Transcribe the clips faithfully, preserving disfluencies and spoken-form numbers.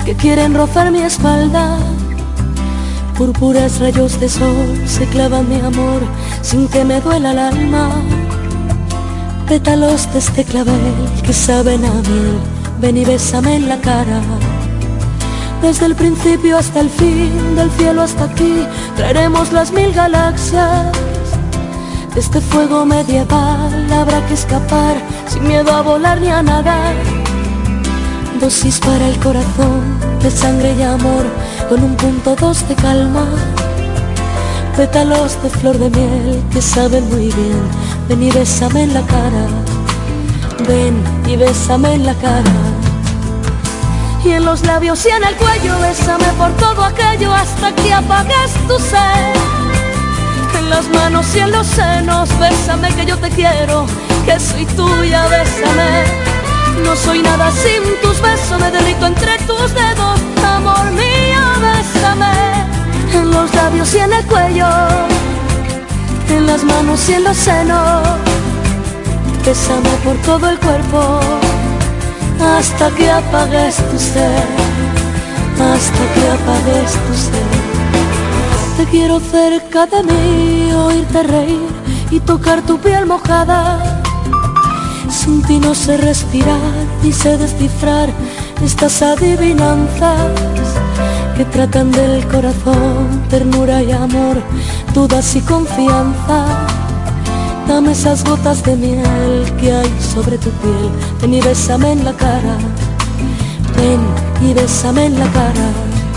que quieren rozar mi espalda. Púrpuras rayos de sol se clavan mi amor sin que me duela el alma. Pétalos de este clavel que saben a miel, ven y bésame en la cara. Desde el principio hasta el fin, del cielo hasta aquí, traeremos las mil galaxias. De este fuego medieval habrá que escapar sin miedo a volar ni a nadar. Dosis para el corazón de sangre y amor con un punto dos de calma. Pétalos de flor de miel que saben muy bien, ven y bésame en la cara. Ven y bésame en la cara. Y en los labios y en el cuello, bésame por todo aquello hasta que apagues tu sed. En las manos y en los senos, bésame que yo te quiero, que soy tuya, bésame. No soy nada sin tus besos, me derrito entre tus dedos, amor mío, bésame. En los labios y en el cuello, en las manos y en los senos, bésame por todo el cuerpo hasta que apagues tu sed, hasta que apagues tu sed. Te quiero cerca de mí, oírte reír y tocar tu piel mojada. Sin ti no sé respirar ni sé descifrar estas adivinanzas que tratan del corazón, ternura y amor, dudas y confianza. Dame esas gotas de miel que hay sobre tu piel, ven y bésame en la cara, ven y bésame en la cara.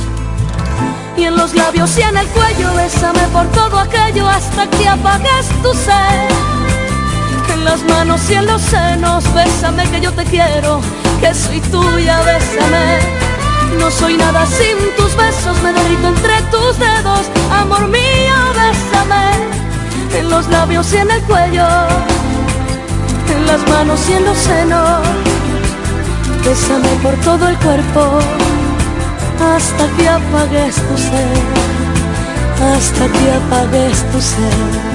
Y en los labios y en el cuello, bésame por todo aquello hasta que apagues tu sed. En las manos y en los senos, bésame que yo te quiero, que soy tuya, bésame. No soy nada sin tus besos, me derrito entre tus dedos, amor mío, bésame. En los labios y en el cuello, en las manos y en los senos, bésame por todo el cuerpo hasta que apagues tu sed, hasta que apagues tu sed.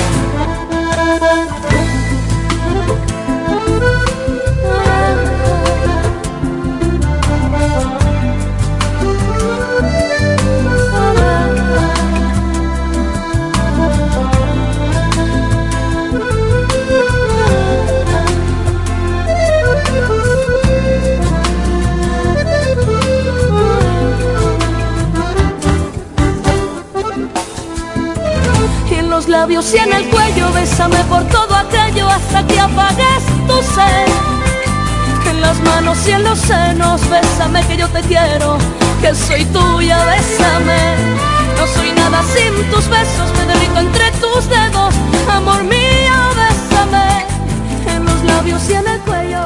Labios y en el cuello, bésame por todo aquello hasta que apagues tu sed. En las manos y en los senos, bésame que yo te quiero, que soy tuya, bésame. No soy nada sin tus besos, me derrito entre tus dedos, amor mío, bésame. En los labios y en el cuello,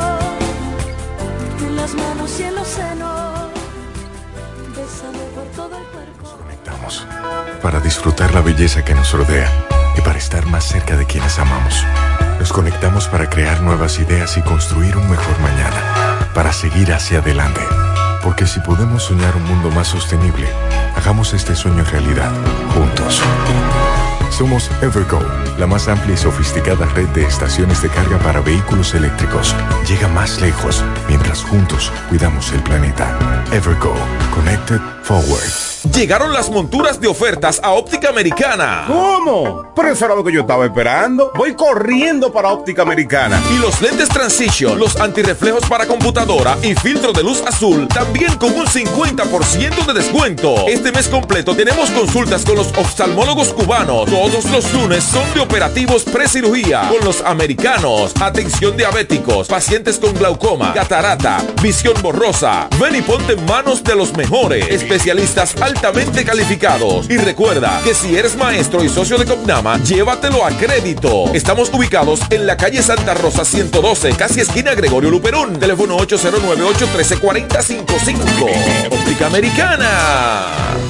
en las manos y en los senos, bésame por todo el cuerpo. Nos conectamos para disfrutar la belleza que nos rodea y para estar más cerca de quienes amamos. Nos conectamos para crear nuevas ideas y construir un mejor mañana, para seguir hacia adelante. Porque si podemos soñar un mundo más sostenible, hagamos este sueño realidad, juntos. Somos Evergo, la más amplia y sofisticada red de estaciones de carga para vehículos eléctricos. Llega más lejos, mientras juntos cuidamos el planeta. Evergo, Connected Forward. Llegaron las monturas de ofertas a Óptica Americana. ¿Cómo? Pero eso era lo que yo estaba esperando. Voy corriendo para Óptica Americana. Y los lentes Transition, los antirreflejos para computadora y filtro de luz azul, también con un cincuenta por ciento de descuento. Este mes completo tenemos consultas con los oftalmólogos cubanos. Todos los lunes son de operativos pre-cirugía con los americanos. Atención diabéticos, pacientes con glaucoma, catarata, visión borrosa. Ven y ponte en manos de los mejores especialistas altamente calificados. Y recuerda que si eres maestro y socio de Copnama, llévatelo a crédito. Estamos ubicados en la calle Santa Rosa ciento doce, casi esquina Gregorio Luperón. Teléfono ocho cero nueve, ocho uno tres, cuatro cero cinco cinco. Óptica Americana.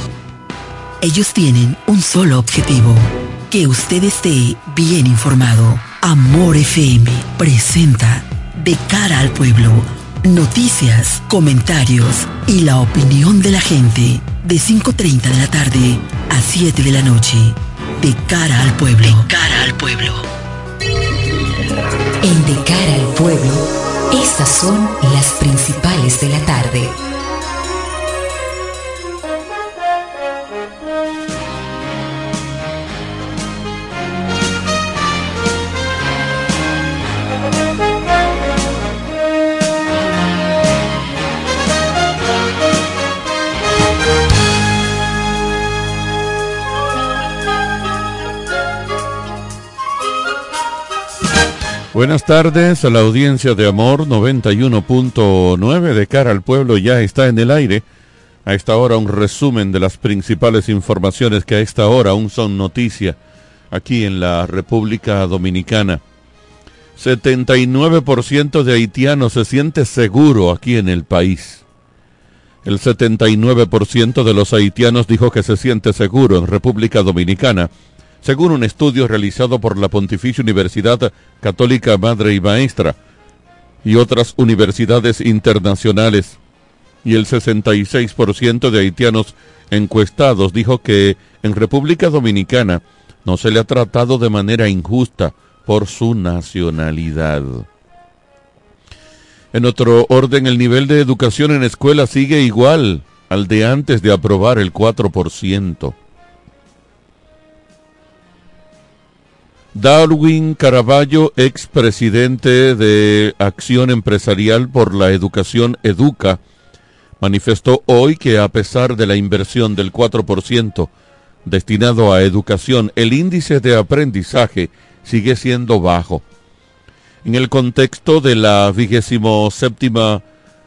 Ellos tienen un solo objetivo: que usted esté bien informado. Amor F M presenta De Cara al Pueblo. Noticias, comentarios y la opinión de la gente. De cinco y treinta de la tarde a siete de la noche. De Cara al Pueblo. De Cara al Pueblo. En De Cara al Pueblo, estas son las principales de la tarde. Buenas tardes a la audiencia de Amor noventa y uno punto nueve de Cara al Pueblo. Ya está en el aire. A esta hora un resumen de las principales informaciones que a esta hora aún son noticia aquí en la República Dominicana. setenta y nueve por ciento de haitianos se siente seguro aquí en el país. El setenta y nueve por ciento de los haitianos dijo que se siente seguro en República Dominicana, según un estudio realizado por la Pontificia Universidad Católica Madre y Maestra y otras universidades internacionales. Y el sesenta y seis por ciento de haitianos encuestados dijo que en República Dominicana no se le ha tratado de manera injusta por su nacionalidad. En otro orden, el nivel de educación en escuela sigue igual al de antes de aprobar el cuatro por ciento. Darwin Caraballo, expresidente de Acción Empresarial por la Educación Educa, manifestó hoy que a pesar de la inversión del cuatro por ciento destinado a educación, el índice de aprendizaje sigue siendo bajo. En el contexto de la vigésimo séptima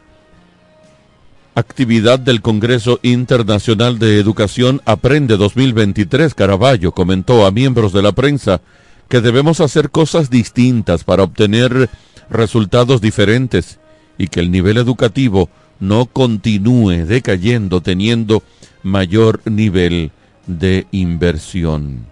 actividad del Congreso Internacional de Educación Aprende dos mil veintitrés, Caraballo comentó a miembros de la prensa que debemos hacer cosas distintas para obtener resultados diferentes y que el nivel educativo no continúe decayendo teniendo mayor nivel de inversión.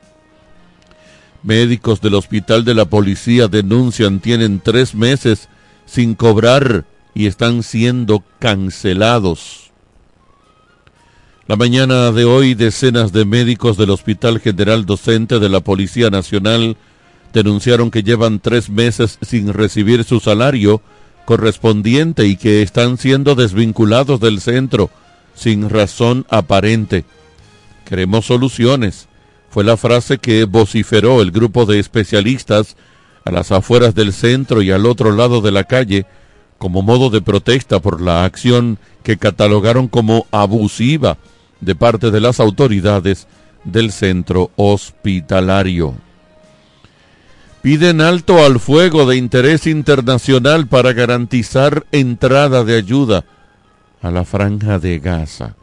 Médicos del Hospital de la Policía denuncian tienen tres meses sin cobrar y están siendo cancelados. La mañana de hoy, decenas de médicos del Hospital General Docente de la Policía Nacional denunciaron que llevan tres meses sin recibir su salario correspondiente y que están siendo desvinculados del centro sin razón aparente. Queremos soluciones, fue la frase que vociferó el grupo de especialistas a las afueras del centro y al otro lado de la calle como modo de protesta por la acción que catalogaron como abusiva de parte de las autoridades del centro hospitalario. Piden alto al fuego de interés internacional para garantizar entrada de ayuda a la Franja de Gaza.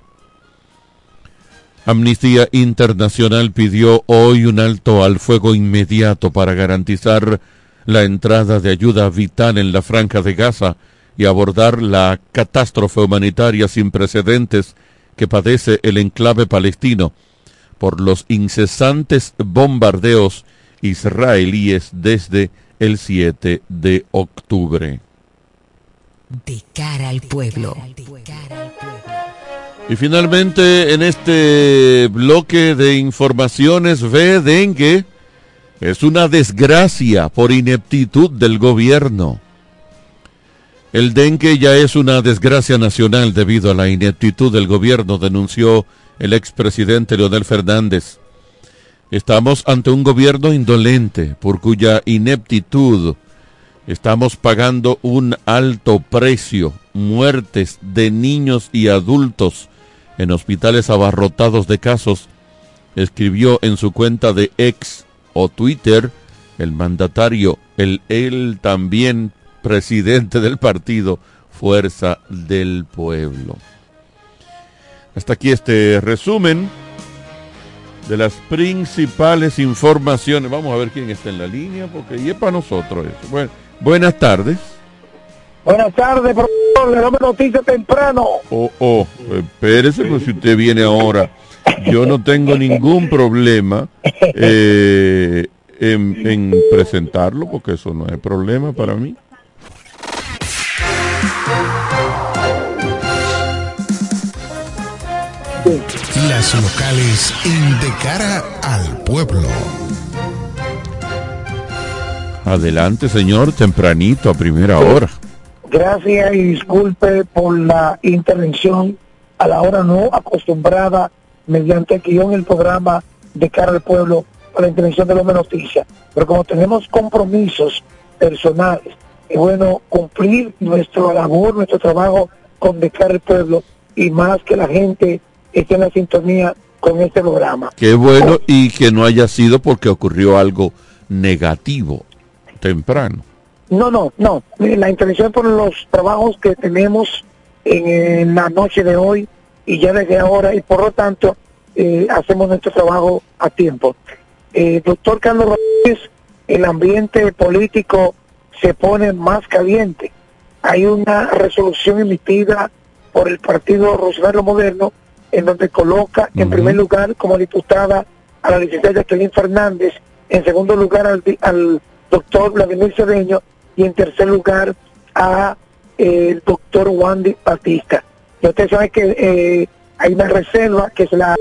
Amnistía Internacional pidió hoy un alto al fuego inmediato para garantizar la entrada de ayuda vital en la Franja de Gaza y abordar la catástrofe humanitaria sin precedentes que padece el enclave palestino por los incesantes bombardeos israelíes desde el siete de octubre. De cara al pueblo. Y finalmente, en este bloque de informaciones, ve dengue es una desgracia por ineptitud del gobierno. El dengue ya es una desgracia nacional debido a la ineptitud del gobierno, denunció el expresidente Leonel Fernández. Estamos ante un gobierno indolente por cuya ineptitud estamos pagando un alto precio, muertes de niños y adultos en hospitales abarrotados de casos, escribió en su cuenta de X o Twitter el mandatario, el él también presidente del partido Fuerza del Pueblo. Hasta aquí este resumen de las principales informaciones. Vamos a ver quién está en la línea, porque y es para nosotros eso. Bueno, buenas tardes. Buenas tardes, profesor. Le damos noticia temprano. Oh, oh, espérese, pues si usted viene ahora, yo no tengo ningún problema eh, en, en presentarlo, porque eso no es problema para mí. Las locales en De Cara al Pueblo. Adelante, señor, tempranito, a primera hora. Gracias y disculpe por la intervención a la hora no acostumbrada mediante el guión el programa De Cara al Pueblo para la intervención de Loma Noticias. Pero como tenemos compromisos personales, es bueno cumplir nuestra labor, nuestro trabajo con De Cara al Pueblo y más que la gente esté en la sintonía con este programa. Qué bueno, y que no haya sido porque ocurrió algo negativo. temprano. No, no, no. La intervención por los trabajos que tenemos en, en la noche de hoy y ya desde ahora, y por lo tanto eh, hacemos nuestro trabajo a tiempo. Eh, doctor Carlos Rodríguez, el ambiente político se pone más caliente. Hay una resolución emitida por el Partido Revolucionario Moderno en donde coloca uh-huh. en primer lugar como diputada a la licenciada Jacqueline Fernández, en segundo lugar al, al doctor Vladimir Cedeño y en tercer lugar a eh, el doctor Wandy Batista. Y ustedes saben que eh, hay una reserva que se la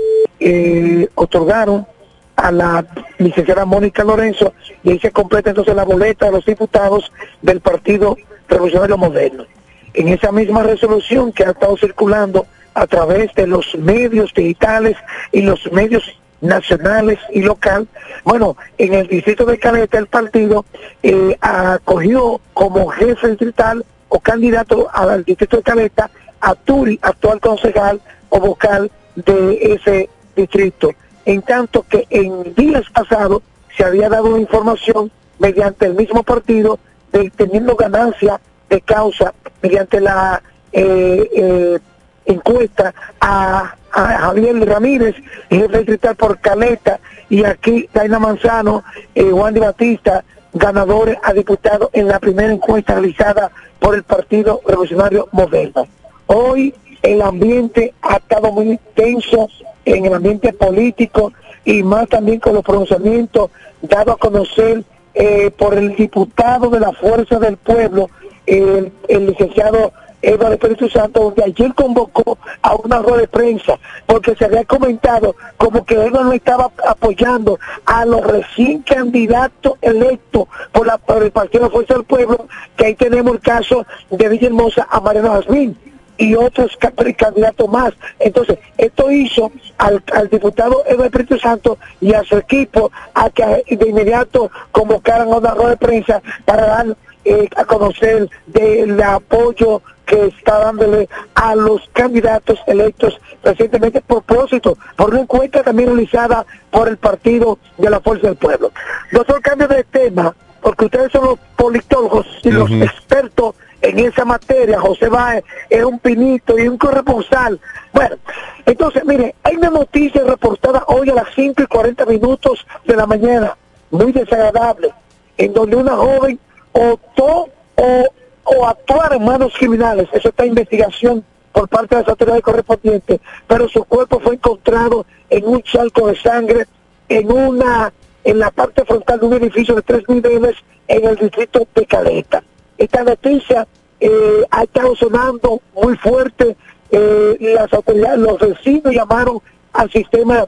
eh, otorgaron a la licenciada Mónica Lorenzo y ahí se completa entonces la boleta de los diputados del Partido Revolucionario Moderno. En esa misma resolución que ha estado circulando a través de los medios digitales y los medios nacionales y local, bueno, en el distrito de Caleta el partido eh, acogió como jefe distrital o candidato al distrito de Caleta a Turi, actual concejal o vocal de ese distrito. En tanto que en días pasados se había dado una información mediante el mismo partido de teniendo ganancia de causa mediante la eh, eh, encuesta a, a Javier Ramírez, jefe distrital por Caleta, y aquí Daina Manzano, eh, Wandy Batista, ganadores a diputado en la primera encuesta realizada por el Partido Revolucionario Moderno. Hoy el ambiente ha estado muy intenso en el ambiente político y más también con los pronunciamientos dados a conocer eh, por el diputado de la Fuerza del Pueblo, el, el licenciado Eduardo Espíritu Santo, donde ayer convocó a una rueda de prensa porque se había comentado como que él no estaba apoyando a los recién candidatos electos por, la, por el Partido de la Fuerza del Pueblo, que ahí tenemos el caso de Villahermosa a Mariano Jazmín y otros candidatos más. Entonces, esto hizo al, al diputado Eduardo Espíritu Santo y a su equipo a que de inmediato convocaran a una rueda de prensa para dar eh, a conocer del apoyo que está dándole a los candidatos electos recientemente, por propósito, por una encuesta también realizada por el Partido de la Fuerza del Pueblo. Doctor, cambio de tema, porque ustedes son los politólogos y uh-huh. los expertos en esa materia. José Báez es un pinito y un corresponsal. Bueno, entonces, mire, hay una noticia reportada hoy a las cinco y cuarenta minutos de la mañana, muy desagradable, en donde una joven optó o, o actuar en manos criminales. Eso está en investigación por parte de las autoridades correspondientes, pero su cuerpo fue encontrado en un charco de sangre en una en la parte frontal de un edificio de tres niveles en el distrito de Caleta. Esta noticia eh, ha estado sonando muy fuerte. Eh, las autoridades, los vecinos llamaron al sistema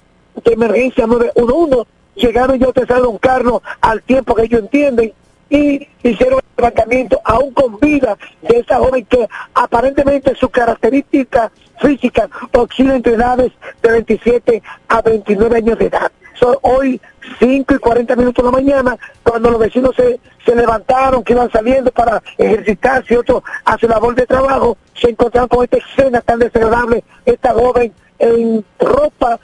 de emergencia nueve uno uno, llegaron ya a Don Carlos al tiempo que ellos entienden y hicieron el levantamiento aún con vida de esa joven que aparentemente su característica física oscila entre edades de veintisiete a veintinueve años de edad. Son hoy cinco y cuarenta minutos de la mañana, cuando los vecinos se, se levantaron, que iban saliendo para ejercitarse y otros a su labor de trabajo, se encontraron con esta escena tan desagradable, esta joven en ropa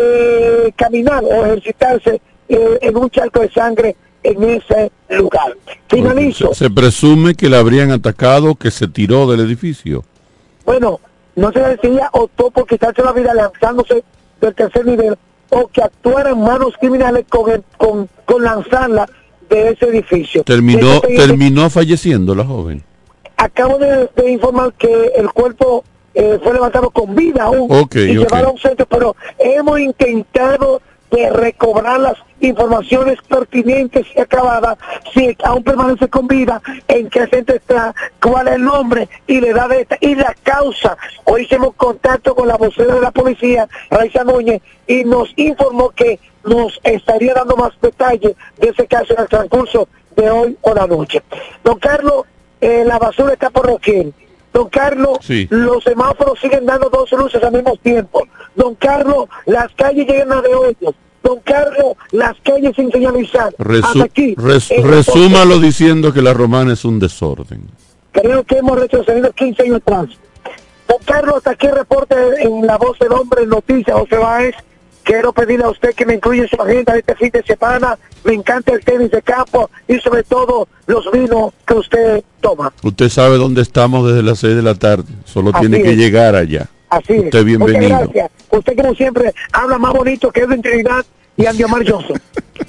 de caminar o ejercitarse eh, en un charco de sangre en ese lugar. Finalizo. Se, se presume que la habrían atacado, que se tiró del edificio. Bueno, no se decía optó por quitarse la vida lanzándose del tercer nivel, o que actuara en manos criminales con, el, con, con lanzarla de ese edificio. Terminó terminó falleciendo la joven. Acabo de, de informar que el cuerpo eh, fue levantado con vida aún okay, y okay. llevado a un centro, pero hemos intentado de recobrar las informaciones pertinentes y acabadas, si aún permanece con vida, en qué centro está, cuál es el nombre y la edad de esta y la causa. Hoy hicimos contacto con la vocera de la policía, Raiza Núñez, y nos informó que nos estaría dando más detalles de ese caso en el transcurso de hoy o la noche. Don Carlos, eh, la basura está por doquier. Don Carlos, sí. Los semáforos siguen dando dos luces al mismo tiempo. Don Carlos, las calles llegan de hoyos. Don Carlos, las calles sin señalizar. Resu Hasta aquí. Res resúmalo entonces, diciendo que la Romana es un desorden. Creo que hemos retrocedido quince años atrás. Don Carlos, hasta aquí reporte en la voz del hombre en noticias, José Báez, quiero pedirle a usted que me incluya en su agenda de este fin de semana. Me encanta el tenis de campo y sobre todo los vinos que usted toma. Usted sabe dónde estamos desde las seis de la tarde. Solo Así tiene que es. llegar allá. Así es. Usted bienvenido. Muchas gracias. Usted como siempre habla más bonito que Edwin Trinidad y Andy Omar Johnson.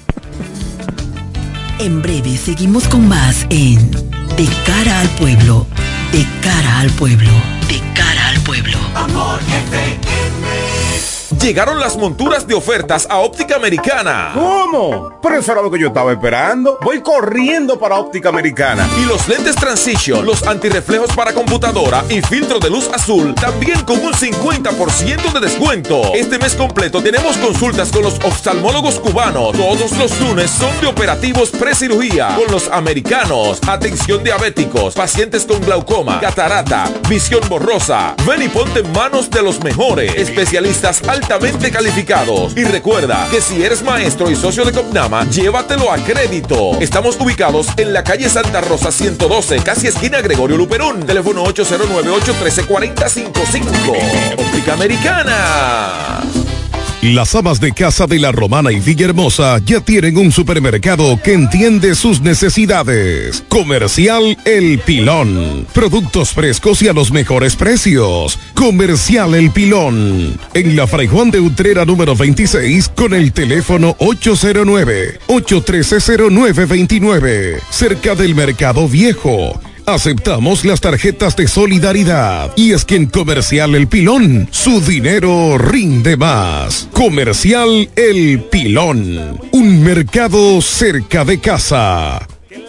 En breve seguimos con más en De Cara al Pueblo. De Cara al Pueblo. De Cara al Pueblo. Amor F M. Llegaron las monturas de ofertas a Óptica Americana. ¿Cómo? Pero eso era lo que yo estaba esperando. Voy corriendo para Óptica Americana. Y los lentes Transition, los antirreflejos para computadora y filtro de luz azul, también con un cincuenta por ciento de descuento. Este mes completo tenemos consultas con los oftalmólogos cubanos. Todos los lunes son de operativos precirugía con los americanos. Atención diabéticos, pacientes con glaucoma, catarata, visión borrosa. Ven y ponte en manos de los mejores especialistas altamente calificados. Y recuerda que si eres maestro y socio de Copnama, llévatelo a crédito. Estamos ubicados en la calle Santa Rosa ciento doce, casi esquina Gregorio Luperón. Teléfono ocho cero nueve, ocho uno tres, cuatro cero cinco cinco. Óptica Americana. Las amas de casa de La Romana y Villahermosa ya tienen un supermercado que entiende sus necesidades. Comercial El Pilón. Productos frescos y a los mejores precios. Comercial El Pilón. En la Fray Juan de Utrera número veintiséis con el teléfono ocho cero nueve, ocho uno tres, cero nueve dos nueve. Cerca del Mercado Viejo. Aceptamos las tarjetas de solidaridad. Y es que en Comercial El Pilón, su dinero rinde más. Comercial El Pilón. Un mercado cerca de casa.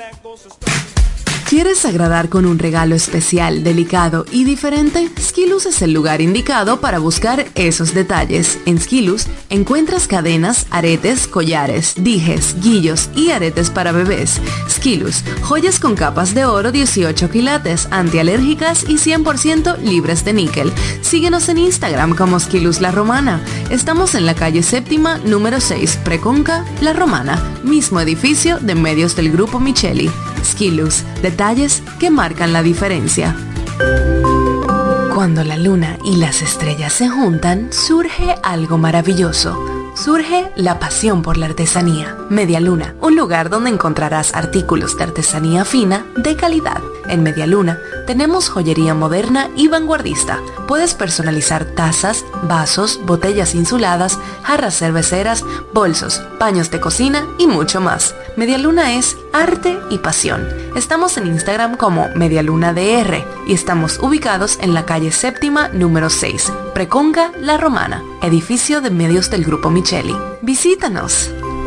¿Quieres agradar con un regalo especial, delicado y diferente? Skilus es el lugar indicado para buscar esos detalles. En Skilus encuentras cadenas, aretes, collares, dijes, guillos y aretes para bebés. Skilus, joyas con capas de oro dieciocho quilates, antialérgicas y cien por ciento libres de níquel. Síguenos en Instagram como Skilus La Romana. Estamos en la calle séptima, número seis, Preconca, La Romana, mismo edificio de medios del Grupo Micheli. Skilus, detalles que marcan la diferencia. Cuando la luna y las estrellas se juntan, surge algo maravilloso. Surge la pasión por la artesanía. Media Luna, un lugar donde encontrarás artículos de artesanía fina de calidad. En Media Luna tenemos joyería moderna y vanguardista. Puedes personalizar tazas, vasos, botellas insuladas, jarras cerveceras, bolsos, paños de cocina y mucho más. Media Luna es arte y pasión. Estamos en Instagram como Medialuna D R y estamos ubicados en la calle séptima número seis, Preconga La Romana, edificio de medios del Grupo Micheli. Visítanos.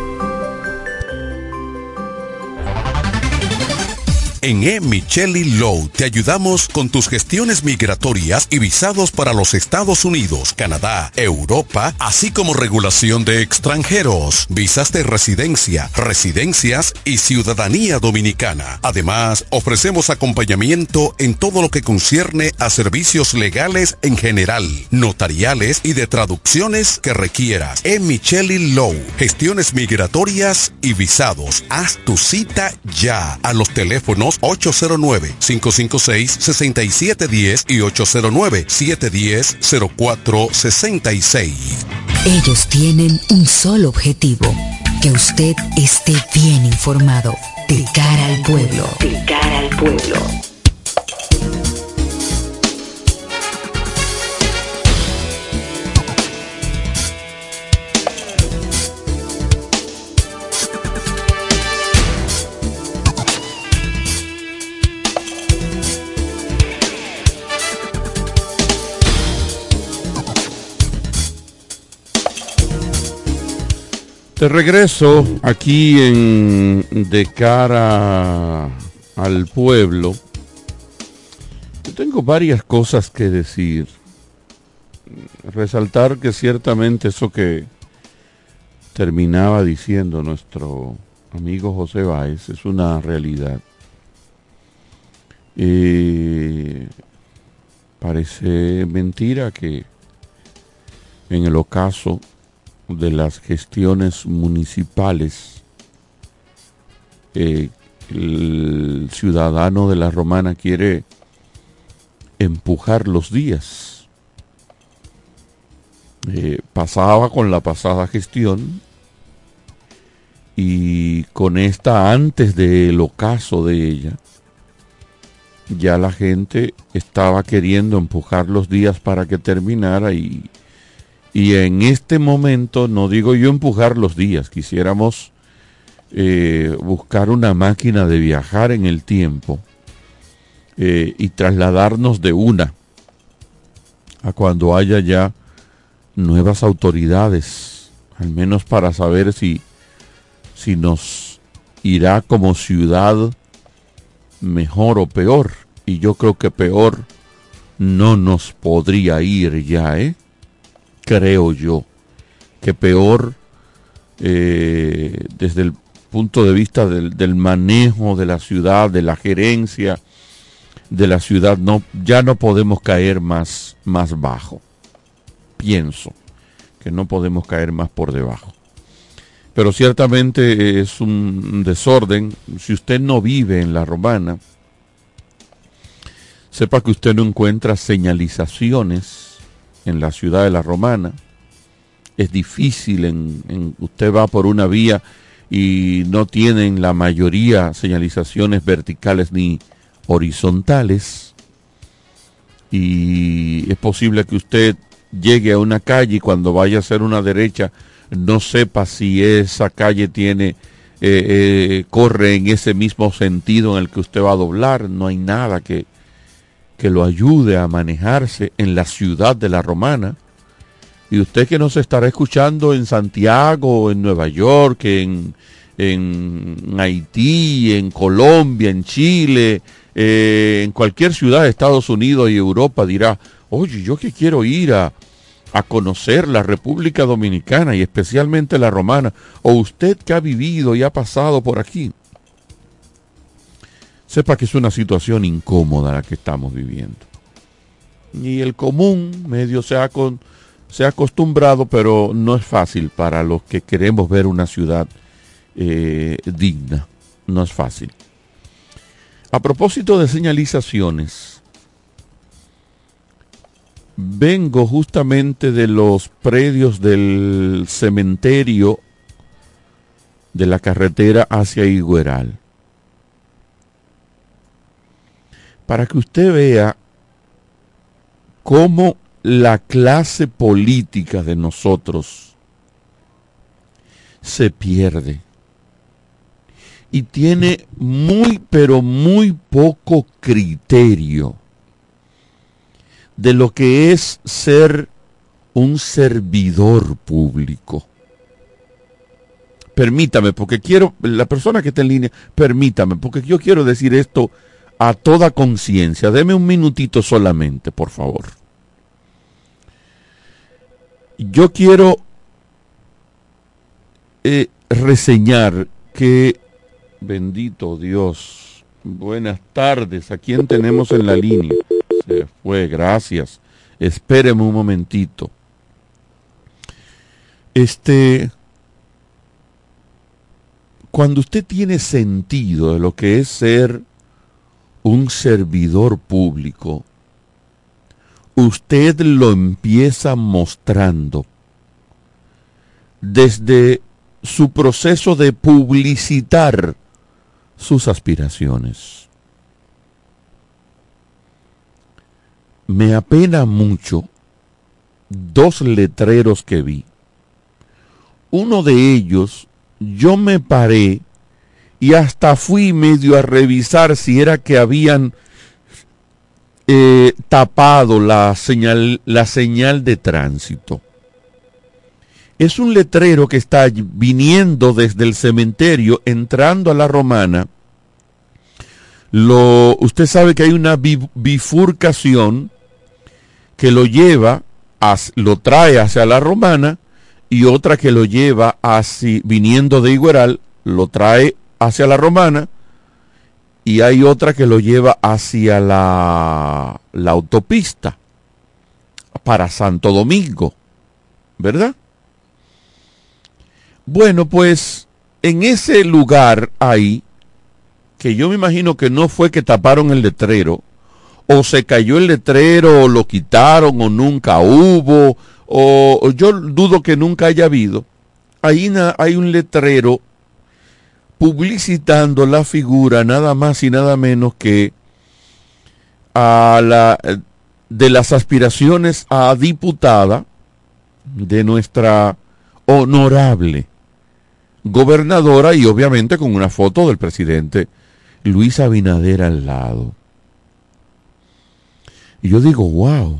En E. Micheli Law te ayudamos con tus gestiones migratorias y visados para los Estados Unidos, Canadá, Europa, así como regulación de extranjeros, visas de residencia, residencias y ciudadanía dominicana. Además, ofrecemos acompañamiento en todo lo que concierne a servicios legales en general, notariales y de traducciones que requieras. E. Micheli Law, gestiones migratorias y visados. Haz tu cita ya a los teléfonos ocho cero nueve, cinco cinco seis, seis siete uno cero y ocho cero nueve, siete uno cero, cero cuatro seis seis. Ellos tienen un solo objetivo, que usted esté bien informado. De Cara al Pueblo. De Cara al Pueblo. De regreso aquí en De Cara al Pueblo. Yo tengo varias cosas que decir. Resaltar que ciertamente eso que terminaba diciendo nuestro amigo José Báez es una realidad. Eh, parece mentira que en el ocaso de las gestiones municipales eh, el ciudadano de La Romana quiere empujar los días. eh, pasaba con la pasada gestión y con esta antes del ocaso de ella, ya la gente estaba queriendo empujar los días para que terminara y, y en este momento, no digo yo empujar los días, quisiéramos eh, buscar una máquina de viajar en el tiempo eh, y trasladarnos de una a cuando haya ya nuevas autoridades, al menos para saber si, si nos irá como ciudad mejor o peor, y yo creo que peor no nos podría ir ya, ¿eh? Creo yo que peor eh, desde el punto de vista del, del manejo de la ciudad, de la gerencia de la ciudad, no, ya no podemos caer más, más bajo. Pienso que no podemos caer más por debajo. Pero ciertamente es un desorden. Si usted no vive en La Romana, sepa que usted no encuentra señalizaciones en la ciudad de La Romana. Es difícil, en, en, usted va por una vía y no tienen la mayoría señalizaciones verticales ni horizontales. Y es posible que usted llegue a una calle y cuando vaya a hacer una derecha no sepa si esa calle tiene eh, eh, corre en ese mismo sentido en el que usted va a doblar. No hay nada que, que lo ayude a manejarse en la ciudad de La Romana. Y usted que nos estará escuchando en Santiago, en Nueva York, en, en Haití, en Colombia, en Chile, eh, en cualquier ciudad de Estados Unidos y Europa, dirá: oye, yo que quiero ir a a conocer la República Dominicana y especialmente La Romana, o usted que ha vivido y ha pasado por aquí, sepa que es una situación incómoda la que estamos viviendo. Y el común medio se ha, con, se ha acostumbrado, pero no es fácil para los que queremos ver una ciudad eh, digna. No es fácil. A propósito de señalizaciones, vengo justamente de los predios del cementerio de la carretera hacia Higueral, para que usted vea cómo la clase política de nosotros se pierde y tiene muy pero muy poco criterio de lo que es ser un servidor público. Permítame, porque quiero, la persona que está en línea, permítame, porque yo quiero decir esto a toda conciencia. Deme un minutito solamente, por favor. Yo quiero eh, reseñar que, bendito Dios, buenas tardes, ¿a quién tenemos en la línea? Se fue, gracias. Espéreme un momentito. Este, cuando usted tiene sentido de lo que es ser un servidor público, usted lo empieza mostrando desde su proceso de publicitar sus aspiraciones. Me apena mucho dos letreros que vi. Uno de ellos, yo me paré y hasta fui medio a revisar si era que habían eh, tapado la señal, la señal de tránsito. Es un letrero que está viniendo desde el cementerio, entrando a La Romana. Lo, usted sabe que hay una bifurcación que lo lleva, a, lo trae hacia La Romana, y otra que lo lleva hacia, viniendo de Higueral, lo trae hacia La Romana, y hay otra que lo lleva hacia la, la autopista para Santo Domingo, ¿verdad? Bueno, pues en ese lugar ahí, que yo me imagino que no fue que taparon el letrero, o se cayó el letrero, o lo quitaron, o nunca hubo, o, o yo dudo que nunca haya habido, hay, una, hay un letrero publicitando la figura nada más y nada menos que a la de las aspiraciones a diputada de nuestra honorable gobernadora, y obviamente con una foto del presidente Luis Abinader al lado. Y yo digo, wow,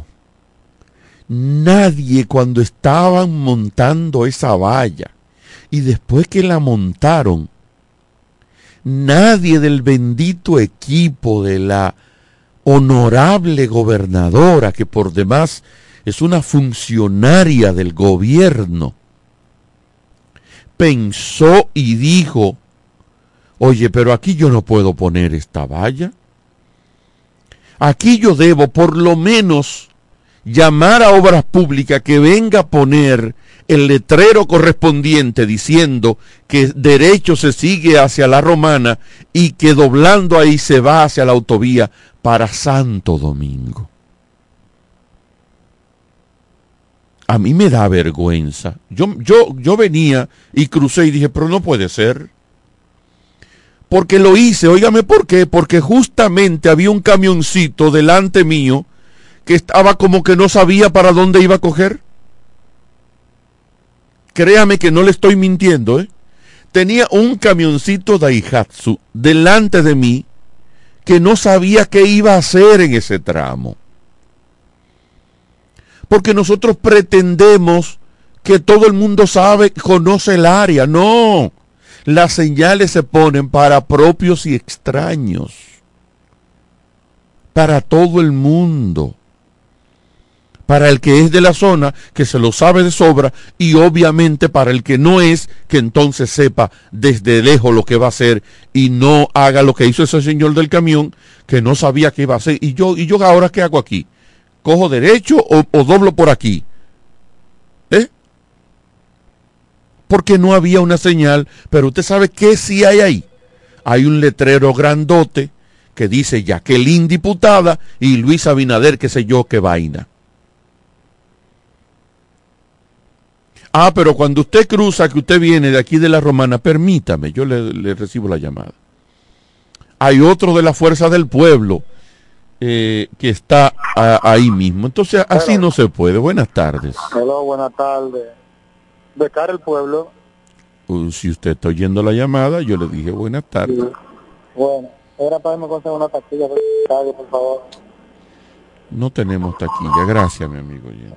nadie cuando estaban montando esa valla y después que la montaron, nadie del bendito equipo de la honorable gobernadora, que por demás es una funcionaria del gobierno, pensó y dijo, oye, pero aquí yo no puedo poner esta valla. Aquí yo debo por lo menos llamar a Obras Públicas que venga a poner el letrero correspondiente diciendo que derecho se sigue hacia la Romana y que doblando ahí se va hacia la autovía para Santo Domingo. A mí me da vergüenza. Yo, yo, yo venía y crucé y dije, pero no puede ser. Porque lo hice, óigame por qué, porque justamente había un camioncito delante mío que estaba como que no sabía para dónde iba a coger. Créame que no le estoy mintiendo, ¿eh? Tenía un camioncito Daihatsu delante de mí que no sabía qué iba a hacer en ese tramo. Porque nosotros pretendemos que todo el mundo sabe, conoce el área. No, las señales se ponen para propios y extraños, para todo el mundo, para el que es de la zona, que se lo sabe de sobra, y obviamente para el que no es, que entonces sepa desde lejos lo que va a hacer y no haga lo que hizo ese señor del camión, que no sabía qué iba a hacer. Y yo, y yo ahora, ¿qué hago aquí? ¿Cojo derecho o, o doblo por aquí? ¿Eh? Porque no había una señal, pero usted sabe qué sí hay ahí. Hay un letrero grandote que dice Jacqueline diputada y Luis Abinader, qué sé yo, qué vaina. Ah, pero cuando usted cruza, que usted viene de aquí de la Romana, permítame, yo le, le recibo la llamada. Hay otro de la Fuerza del Pueblo eh, que está a, ahí mismo. Entonces, así Hello. No se puede. Buenas tardes. Hola, buenas tardes. De cara al pueblo. Uh, si usted está oyendo la llamada, yo le dije buenas tardes. Sí. Bueno, era para me conseguir una taquilla, por favor. No tenemos taquilla, gracias, mi amigo oyente.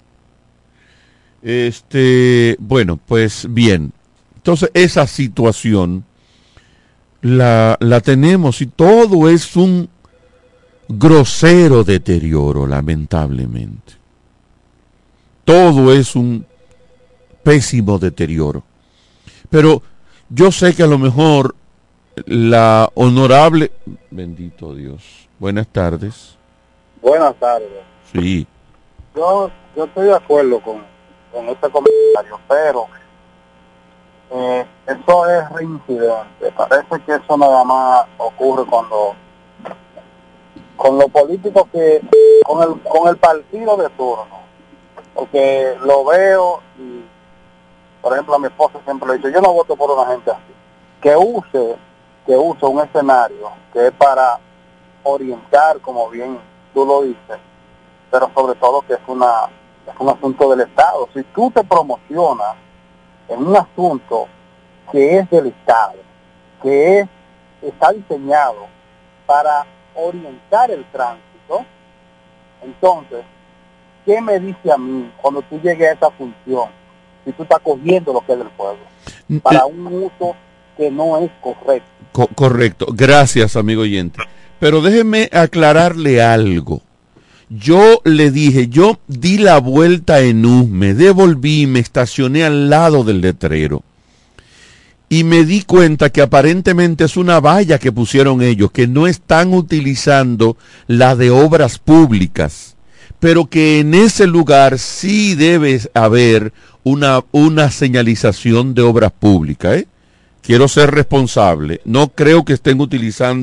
Este, bueno, pues bien. Entonces, esa situación la, la tenemos y todo es un grosero deterioro, lamentablemente. Todo es un pésimo deterioro. Pero yo sé que a lo mejor la honorable... Bendito Dios. Buenas tardes. Buenas tardes. Sí. Yo, yo estoy de acuerdo con, con este comentario, pero eh, eso es reincidente. Parece que eso nada más ocurre cuando con los políticos que con el con el partido de turno, porque lo veo y por ejemplo a mi esposa siempre le dice, yo no voto por una gente así que use que use un escenario que es para orientar, como bien tú lo dices, pero sobre todo que es una es un asunto del Estado. Si tú te promocionas en un asunto que es del Estado, que es está diseñado para orientar el tránsito, entonces, ¿qué me dice a mí cuando tú llegues a esa función? Si tú estás cogiendo lo que es del pueblo para un uso que no es correcto. Co- correcto, gracias, amigo oyente. Pero déjeme aclararle algo. Yo le dije, yo di la vuelta en U, me devolví, me estacioné al lado del letrero. Y me di cuenta que aparentemente es una valla que pusieron ellos, que no están utilizando la de obras públicas, pero que en ese lugar sí debe haber una, una señalización de obras públicas, ¿eh? Quiero ser responsable. No creo que estén utilizando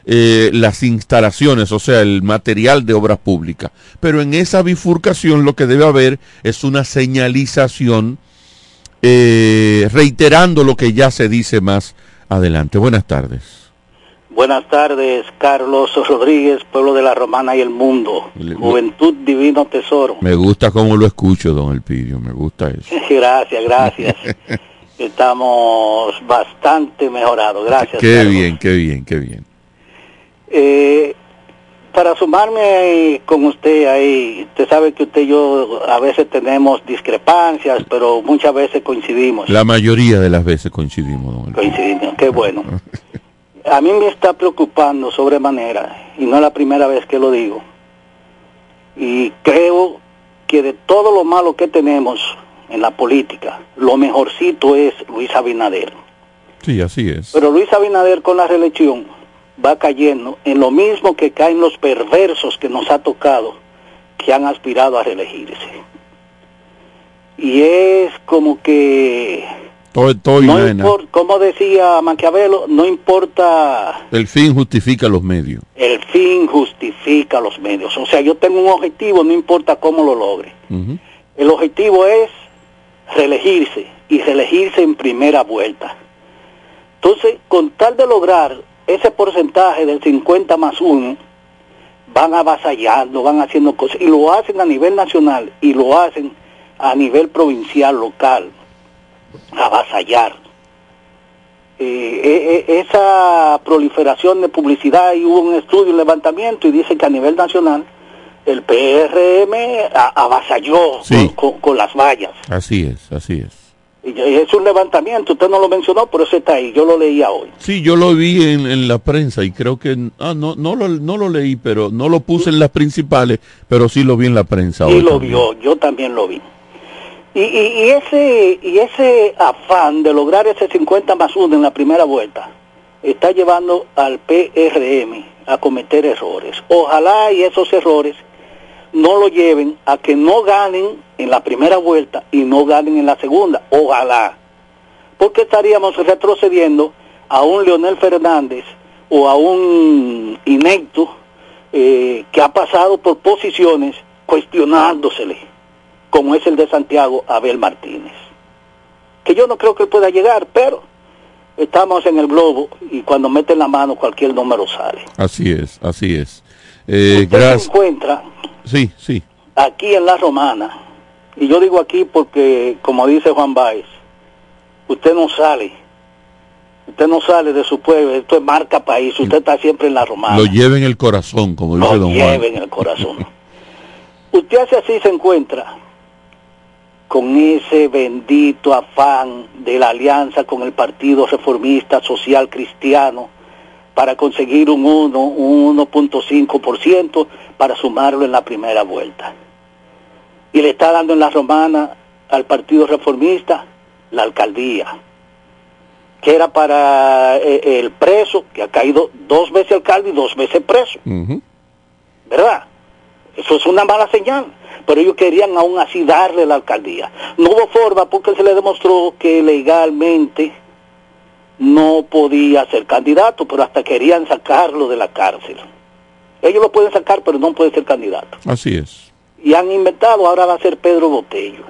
eh, las instalaciones, o sea, el material de obras públicas. Pero en esa bifurcación lo que debe haber es una señalización eh, reiterando lo que ya se dice más adelante. Buenas tardes. Buenas tardes, Carlos Rodríguez, pueblo de la Romana y el mundo. Le, Juventud Divino Tesoro. Me gusta cómo lo escucho, don Elpidio, me gusta eso. Gracias, gracias. Estamos bastante mejorados, gracias. Qué Carlos. bien, qué bien, qué bien. Eh, para sumarme con usted ahí, usted sabe que usted y yo a veces tenemos discrepancias, pero muchas veces coincidimos. La mayoría de las veces coincidimos, don Elpidio. Coincidimos, qué bueno. A mí me está preocupando sobremanera, y no es la primera vez que lo digo, y creo que de todo lo malo que tenemos en la política, lo mejorcito es Luis Abinader. Sí, así es. Pero Luis Abinader con la reelección va cayendo en lo mismo que caen los perversos que nos ha tocado, que han aspirado a reelegirse. Y es como que... Todo, todo no import, como decía Maquiavelo, no importa... El fin justifica los medios. El fin justifica los medios. O sea, yo tengo un objetivo, no importa cómo lo logre. Uh-huh. El objetivo es reelegirse, y reelegirse en primera vuelta. Entonces, con tal de lograr ese porcentaje del cincuenta más uno, van avasallando, van haciendo cosas, y lo hacen a nivel nacional, y lo hacen a nivel provincial, local. Avasallar eh, eh, esa proliferación de publicidad, y hubo un estudio, un levantamiento, y dice que a nivel nacional el P R M a, avasalló sí. con, con, con las vallas. Así es, así es. Y es un levantamiento, usted no lo mencionó, pero eso está ahí, yo lo leía hoy. Sí, yo lo vi en, en la prensa, y creo que, ah, no no lo, no lo leí, pero no lo puse en las principales, pero sí lo vi en la prensa. Sí hoy lo también. vio, yo también lo vi. Y, y, y ese y ese afán de lograr ese cincuenta más uno en la primera vuelta está llevando al P R M a cometer errores. Ojalá y esos errores no lo lleven a que no ganen en la primera vuelta y no ganen en la segunda. Ojalá. Porque estaríamos retrocediendo a un Leonel Fernández o a un inepto eh, que ha pasado por posiciones cuestionándosele, como es el de Santiago Abel Martínez, que yo no creo que él pueda llegar, pero estamos en el globo, y cuando meten la mano cualquier número sale. Así es, así es. Eh, Usted gracias. se encuentra sí, sí. aquí en La Romana, y yo digo aquí porque, como dice Juan Báez, usted no sale, usted no sale de su pueblo, esto es marca país, usted está siempre en La Romana. Lo lleva en el corazón, como dice Lo don Juan. Lo lleva en el corazón. Usted hace así, se encuentra con ese bendito afán de la alianza con el Partido Reformista Social Cristiano para conseguir un uno, un uno punto cinco por ciento para sumarlo en la primera vuelta. Y le está dando en La Romana al Partido Reformista la alcaldía, que era para eh, el preso, que ha caído dos veces alcalde y dos veces preso. Uh-huh. ¿Verdad? Eso es una mala señal. Pero ellos querían aún así darle la alcaldía. No hubo forma porque se le demostró que legalmente no podía ser candidato, pero hasta querían sacarlo de la cárcel. Ellos lo pueden sacar, pero no puede ser candidato. Así es. Y han inventado, ahora va a ser Pedro Botello.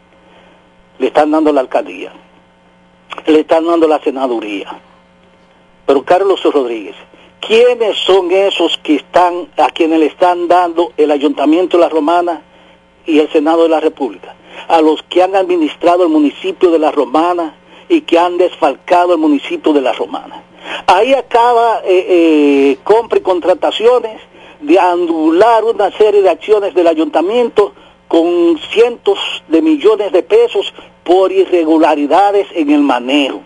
Le están dando la alcaldía. Le están dando la senaduría. Pero Carlos Rodríguez, ¿quiénes son esos que están, a quienes le están dando el Ayuntamiento de La Romana y el Senado de la República? A los que han administrado el municipio de La Romana y que han desfalcado el municipio de La Romana. Ahí acaba eh, eh, compra y contrataciones, de anular una serie de acciones del ayuntamiento con cientos de millones de pesos por irregularidades en el manejo.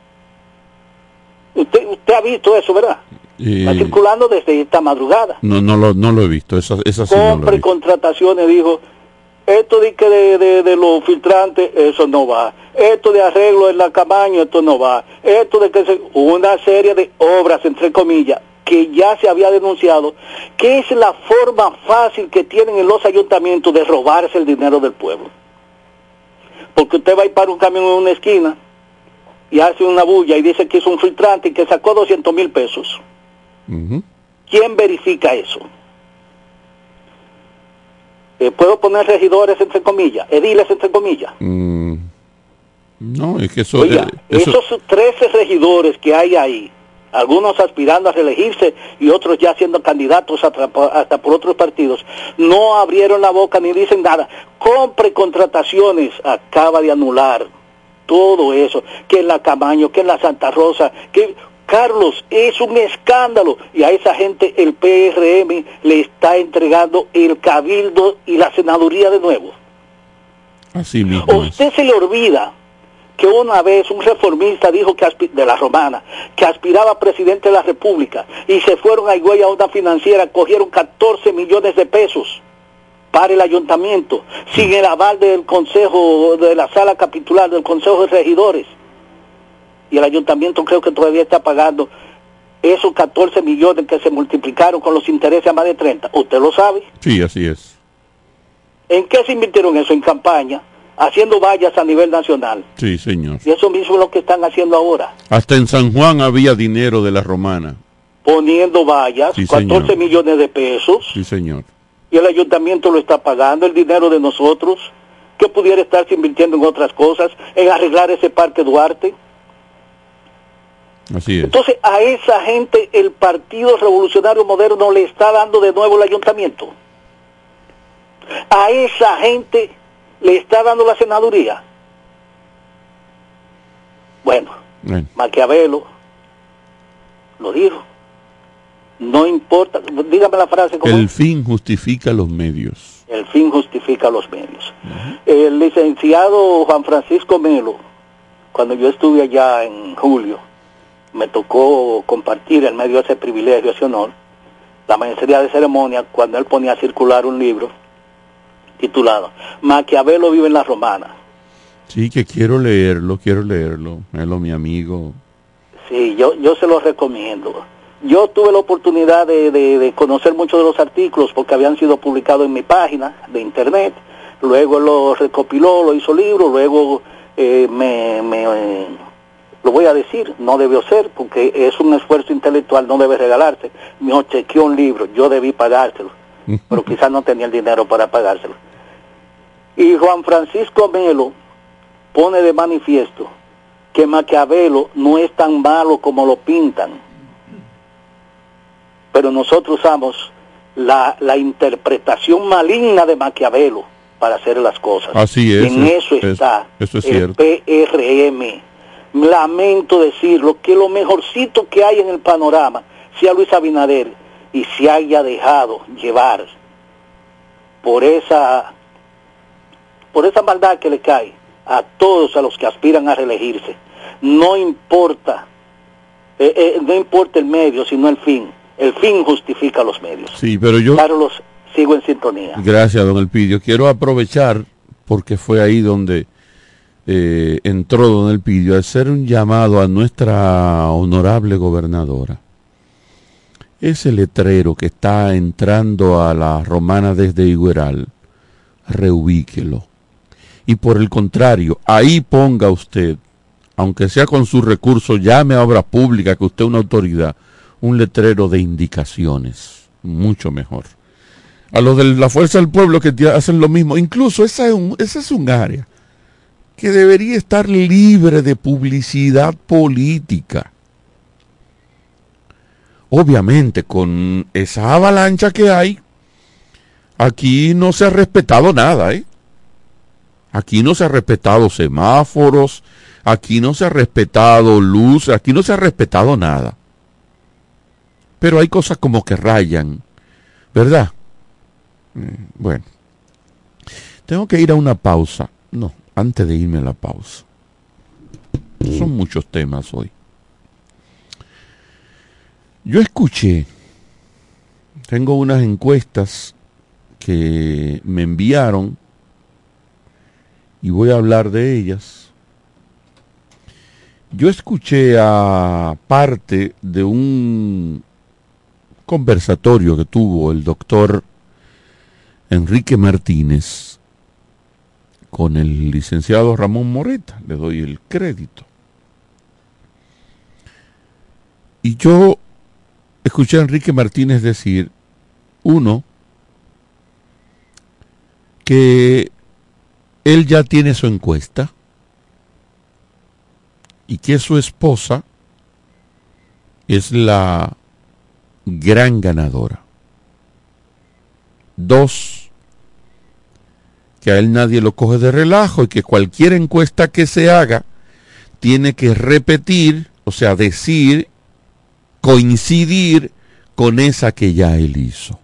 Usted, usted ha visto eso, ¿verdad? Y... Está circulando desde esta madrugada. No, no lo, no lo he visto. Esa, esa sí compra no lo he y visto. contrataciones, dijo, esto de que de, de, de los filtrantes, eso no va. Esto de arreglo en la Camaño, esto no va. Esto de que se, una serie de obras, entre comillas, que ya se había denunciado, que es la forma fácil que tienen en los ayuntamientos de robarse el dinero del pueblo. Porque usted va a ir para un camión en una esquina y hace una bulla y dice que es un filtrante y que sacó doscientos mil pesos. Uh-huh. ¿Quién verifica eso? Eh, ¿Puedo poner regidores entre comillas, ediles entre comillas? Mm, no, es que eso... Oiga, eh, eso... esos trece regidores que hay ahí, algunos aspirando a reelegirse y otros ya siendo candidatos hasta, hasta por otros partidos, no abrieron la boca ni dicen nada. Compre contrataciones, acaba de anular todo eso, que en la Camaño, que en la Santa Rosa, que... Carlos, es un escándalo y a esa gente el P R M le está entregando el cabildo y la senaduría de nuevo. Así mismo. ¿A usted se le olvida que una vez un reformista dijo que aspi- de la Romana, que aspiraba a presidente de la República y se fueron a Higüey a una financiera, cogieron catorce millones de pesos para el ayuntamiento, sin el aval del consejo, de la sala capitular, del consejo de regidores? Y el ayuntamiento creo que todavía está pagando esos catorce millones que se multiplicaron con los intereses a más de treinta. ¿Usted lo sabe? Sí, así es. ¿En qué se invirtieron eso? En campaña, haciendo vallas a nivel nacional. Sí, señor. Y eso mismo es lo que están haciendo ahora. Hasta en San Juan había dinero de la Romana. Poniendo vallas, sí, catorce señor. millones de pesos. Sí, señor. Y el ayuntamiento lo está pagando, el dinero de nosotros, que pudiera estarse invirtiendo en otras cosas, en arreglar ese Parque Duarte. Así es. Entonces a esa gente el Partido Revolucionario Moderno le está dando de nuevo el ayuntamiento. A esa gente le está dando la senaduría. Bueno, bueno. Maquiavelo lo dijo. No importa, dígame la frase. ¿cómo El es? fin justifica los medios. El fin justifica los medios. Uh-huh. El licenciado Juan Francisco Melo, cuando yo estuve allá en julio, me tocó compartir en medio de ese privilegio, ese honor, la maestría de ceremonia, cuando él ponía a circular un libro titulado Maquiavelo vive en la Romana. Sí, que quiero leerlo, quiero leerlo. Melo, mi amigo. Sí, yo, yo se lo recomiendo. Yo tuve la oportunidad de, de, de conocer muchos de los artículos porque habían sido publicados en mi página de internet. Luego lo recopiló, lo hizo libro, luego eh, me... me eh, lo voy a decir, no debió ser, porque es un esfuerzo intelectual, no debe regalarse. Me chequeó un libro, yo debí pagárselo, pero quizás no tenía el dinero para pagárselo. Y Juan Francisco Melo pone de manifiesto que Maquiavelo no es tan malo como lo pintan, pero nosotros usamos la, la interpretación maligna de Maquiavelo para hacer las cosas. Así es. Y en eso es, está eso es el cierto. P R M. Lamento decirlo, que lo mejorcito que hay en el panorama sea Luis Abinader y se haya dejado llevar por esa por esa maldad que le cae a todos a los que aspiran a reelegirse. No importa, eh, eh, no importa el medio, sino el fin. El fin justifica los medios. Sí, pero yo... Carlos, sigo en sintonía. Gracias, don Elpidio. Quiero aprovechar, porque fue ahí donde Eh, entró don Elpidio, a hacer un llamado a nuestra honorable gobernadora. Ese letrero que está entrando a la Romana desde Higueral, reubíquelo. Y por el contrario, ahí ponga usted, aunque sea con sus recursos, llame a obra pública, que usted es una autoridad, un letrero de indicaciones, mucho mejor. A los de la Fuerza del Pueblo que hacen lo mismo, incluso esa es un, ese es un área que debería estar libre de publicidad política. Obviamente, con esa avalancha que hay, aquí no se ha respetado nada, ¿eh? Aquí no se ha respetado semáforos, aquí no se ha respetado luz, aquí no se ha respetado nada. Pero hay cosas como que rayan, ¿verdad? Bueno, tengo que ir a una pausa. No, antes de irme a la pausa. Son muchos temas hoy. Yo escuché, tengo unas encuestas que me enviaron y voy a hablar de ellas. Yo escuché a parte de un conversatorio que tuvo el doctor Enrique Martínez con el licenciado Ramón Moreta, le doy el crédito. Y yo escuché a Enrique Martínez decir, uno, que él ya tiene su encuesta y que su esposa es la gran ganadora. Dos, que a él nadie lo coge de relajo y que cualquier encuesta que se haga tiene que repetir, o sea, decir, coincidir con esa que ya él hizo.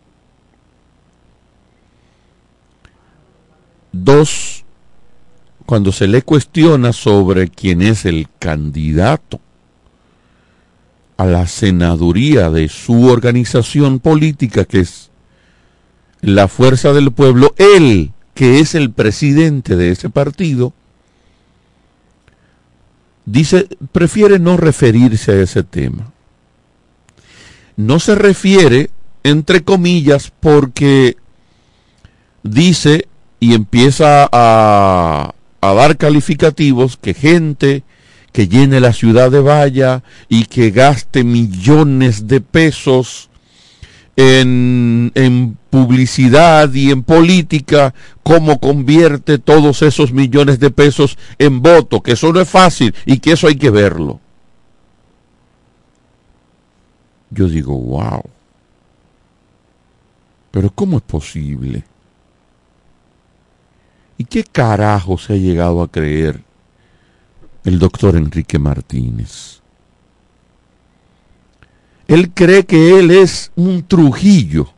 Dos, cuando se le cuestiona sobre quién es el candidato a la senaduría de su organización política, que es la Fuerza del Pueblo, él, que es el presidente de ese partido, dice, prefiere no referirse a ese tema. No se refiere, entre comillas, porque dice y empieza a, a dar calificativos que gente que llene la ciudad de valla y que gaste millones de pesos en, en publicidad y en política, cómo convierte todos esos millones de pesos en voto, que eso no es fácil y que eso hay que verlo. Yo digo, wow, pero ¿cómo es posible? ¿Y qué carajo se ha llegado a creer el doctor Enrique Martínez? Él cree que él es un Trujillo.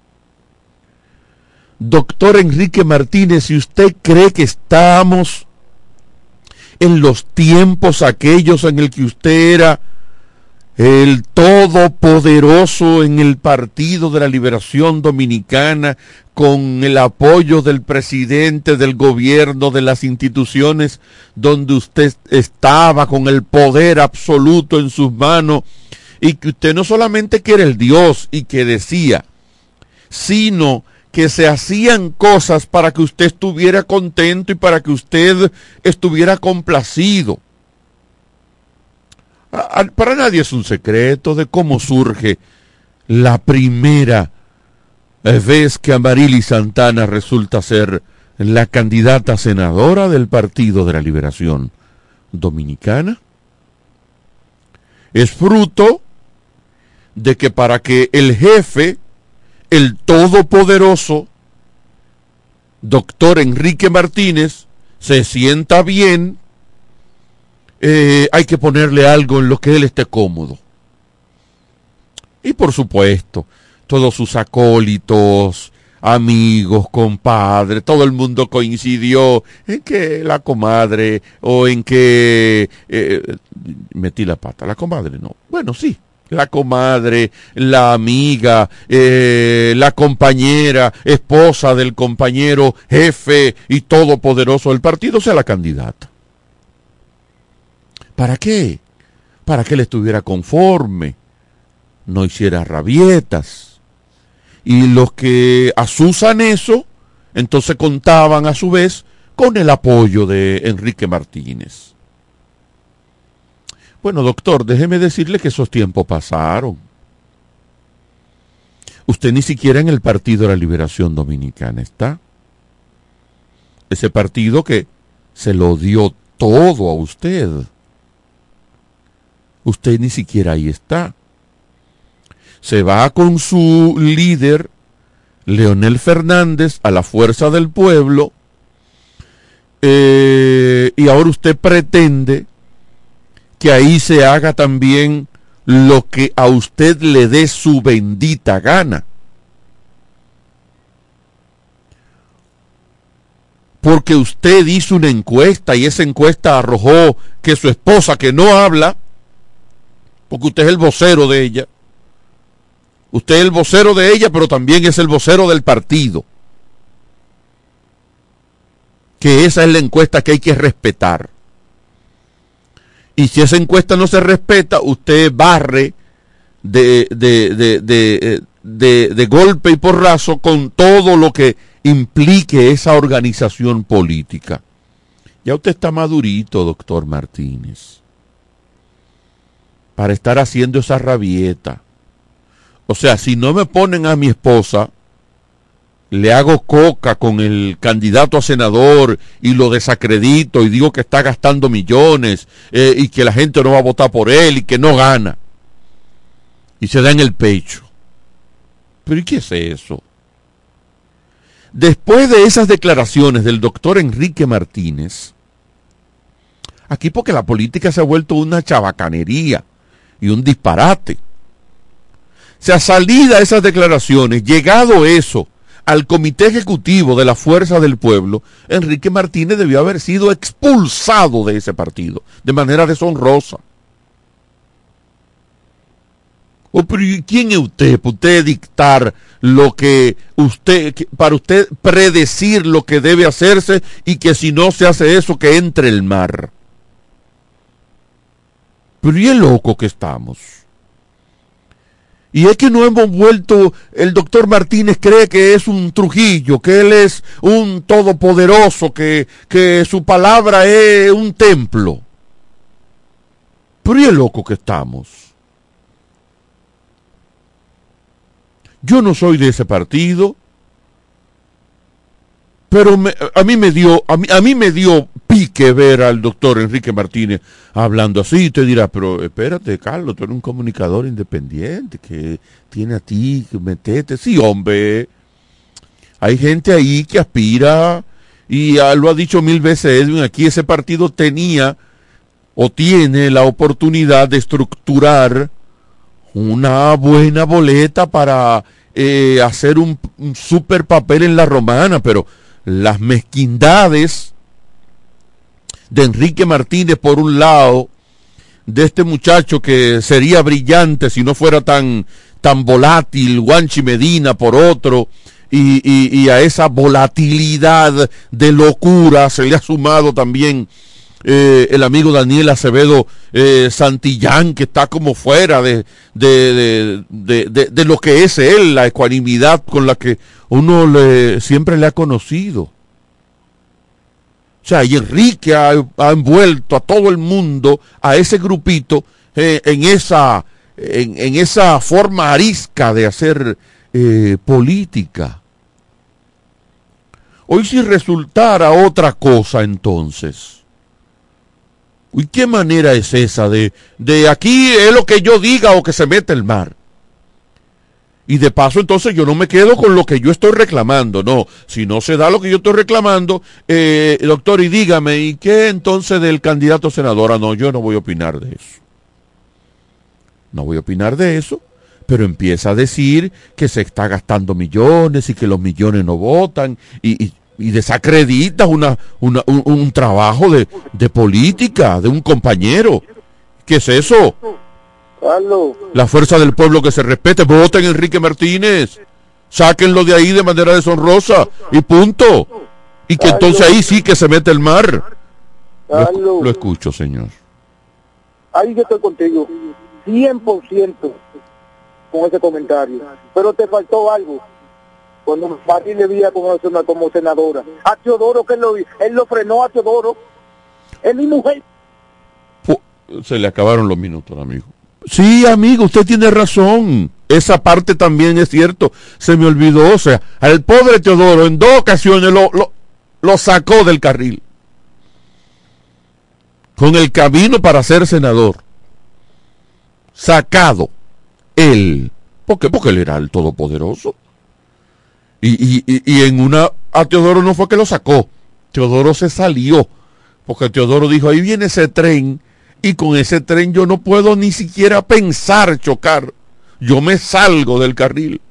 Doctor Enrique Martínez, si usted cree que estamos en los tiempos aquellos en el que usted era el todopoderoso en el Partido de la Liberación Dominicana, con el apoyo del presidente, del gobierno, de las instituciones donde usted estaba, con el poder absoluto en sus manos, y que usted no solamente que era el Dios y que decía, sino que se hacían cosas para que usted estuviera contento y para que usted estuviera complacido. Para nadie es un secreto de cómo surge la primera vez que Amarilis Santana resulta ser la candidata senadora del Partido de la Liberación Dominicana. Es fruto de que para que el jefe, el todopoderoso, doctor Enrique Martínez, se sienta bien, Eh, hay que ponerle algo en lo que él esté cómodo. Y por supuesto, todos sus acólitos, amigos, compadres, todo el mundo coincidió en que la comadre o en que eh, metí la pata, la comadre no, bueno sí, la comadre, la amiga, eh, la compañera, esposa del compañero, jefe y todopoderoso del partido sea la candidata. ¿Para qué? Para que él estuviera conforme, no hiciera rabietas. Y los que asusan eso, entonces contaban a su vez con el apoyo de Enrique Martínez. Bueno, doctor, déjeme decirle que esos tiempos pasaron. Usted ni siquiera en el Partido de la Liberación Dominicana está. Ese partido que se lo dio todo a usted. Usted ni siquiera ahí está. Se va con su líder, Leonel Fernández, a la Fuerza del Pueblo, eh, y ahora usted pretende que ahí se haga también lo que a usted le dé su bendita gana. Porque usted hizo una encuesta y esa encuesta arrojó que su esposa, que no habla, porque usted es el vocero de ella. Usted es el vocero de ella, pero también es el vocero del partido. Que esa es la encuesta que hay que respetar. Y si esa encuesta no se respeta, usted barre de, de, de, de, de, de golpe y porrazo con todo lo que implique esa organización política. Ya usted está madurito, doctor Martínez, para estar haciendo esa rabieta. O sea, si no me ponen a mi esposa, le hago coca con el candidato a senador y lo desacredito y digo que está gastando millones eh, y que la gente no va a votar por él y que no gana. Y se da en el pecho. ¿Pero y qué es eso? Después de esas declaraciones del doctor Enrique Martínez, aquí porque la política se ha vuelto una chabacanería y un disparate. O sea, salida esas declaraciones, llegado eso al Comité Ejecutivo de la Fuerza del Pueblo, Enrique Martínez debió haber sido expulsado de ese partido, de manera deshonrosa. ¿O quién es usted para usted dictar lo que usted, para usted predecir lo que debe hacerse y que si no se hace eso, que entre el mar? Pero y el loco que estamos. Y es que no hemos vuelto, el doctor Martínez cree que es un Trujillo, que él es un todopoderoso, que, que su palabra es un templo. Pero y el loco que estamos. Yo no soy de ese partido, pero me, a mí me dio, a mí, a mí me dio pique ver al doctor Enrique Martínez hablando así. Y te dirá, pero espérate, Carlos, tú eres un comunicador independiente que tiene a ti que metete. Sí, hombre, hay gente ahí que aspira, y ya lo ha dicho mil veces Edwin, aquí ese partido tenía o tiene la oportunidad de estructurar una buena boleta para eh, hacer un, un super papel en la Romana, pero las mezquindades de Enrique Martínez por un lado, de este muchacho que sería brillante si no fuera tan, tan volátil, Juanchi Medina por otro, y, y, y a esa volatilidad de locura se le ha sumado también Eh, el amigo Daniel Acevedo eh, Santillán, que está como fuera de de, de, de, de de lo que es él, la ecuanimidad con la que uno le, siempre le ha conocido. O sea, y Enrique ha, ha envuelto a todo el mundo, a ese grupito, eh, en esa en, en esa forma arisca de hacer eh, política. Hoy si resultara otra cosa, entonces, ¿y qué manera es esa de, de aquí es lo que yo diga o que se mete el mar? Y de paso, entonces, yo no me quedo con lo que yo estoy reclamando, no. Si no se da lo que yo estoy reclamando, eh, doctor, y dígame, ¿y qué entonces del candidato senador? Ah, no, yo no voy a opinar de eso. No voy a opinar de eso, pero empieza a decir que se está gastando millones y que los millones no votan, y... y y desacredita una, una, un, un trabajo de, de política, de un compañero. ¿Qué es eso? Carlos. La fuerza del pueblo que se respete. Voten Enrique Martínez. Sáquenlo de ahí de manera deshonrosa. Y punto. Y que Carlos. entonces ahí sí que se mete el mar. Lo, lo escucho, señor. Ahí yo estoy contigo. cien por ciento con ese comentario. Pero te faltó algo. Cuando Martín le veía como, como senadora, a Teodoro, que él lo, él lo frenó a Teodoro, es mi mujer. Se le acabaron los minutos, amigo. Sí, amigo, usted tiene razón. Esa parte también es cierto. Se me olvidó, o sea, al pobre Teodoro en dos ocasiones lo, lo, lo sacó del carril. Con el camino para ser senador. Sacado. Él. ¿Por qué? Porque él era el todopoderoso. Y, y, y, y en una, a Teodoro no fue que lo sacó, Teodoro se salió, porque Teodoro dijo, ahí viene ese tren, y con ese tren yo no puedo ni siquiera pensar chocar, yo me salgo del carril.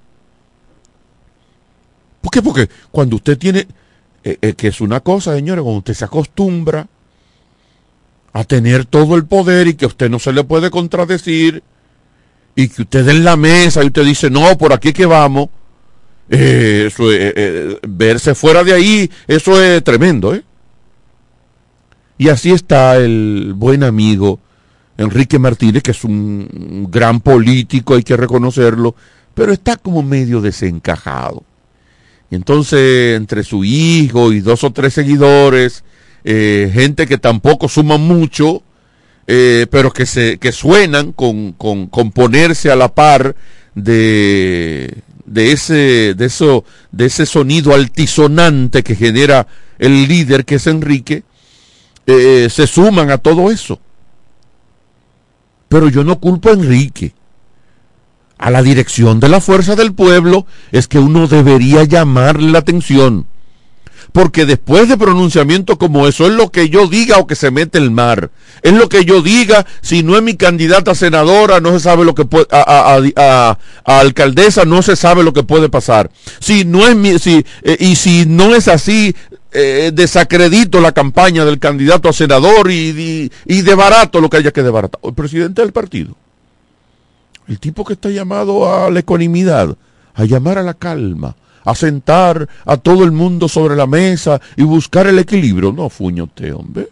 ¿Por qué? Porque cuando usted tiene, eh, eh, que es una cosa, señores, cuando usted se acostumbra a tener todo el poder y que a usted no se le puede contradecir, y que usted en la mesa y usted dice, no, por aquí que vamos, Eh, eso, eh, eh, verse fuera de ahí, eso es tremendo, ¿eh? Y así está el buen amigo Enrique Martínez, que es un gran político, hay que reconocerlo, pero está como medio desencajado. Y entonces, entre su hijo y dos o tres seguidores, eh, gente que tampoco suman mucho, eh, pero que se que suenan con, con, con ponerse a la par de, de, ese, de, eso, de ese sonido altisonante que genera el líder, que es Enrique, eh, se suman a todo eso. Pero yo no culpo a Enrique. A la dirección de la Fuerza del Pueblo es que uno debería llamarle la atención. Porque después de pronunciamientos como eso, es lo que yo diga o que se mete el mar. Es lo que yo diga, si no es mi candidata a senadora, no se sabe lo que puede, a, a, a, a, a alcaldesa, no se sabe lo que puede pasar. Si no es mi, si, eh, y si no es así, eh, desacredito la campaña del candidato a senador y, y, y de barato lo que haya que de barato. El presidente del partido, el tipo que está llamado a la ecuanimidad, a llamar a la calma, a sentar a todo el mundo sobre la mesa y buscar el equilibrio. No, fuño usted, hombre.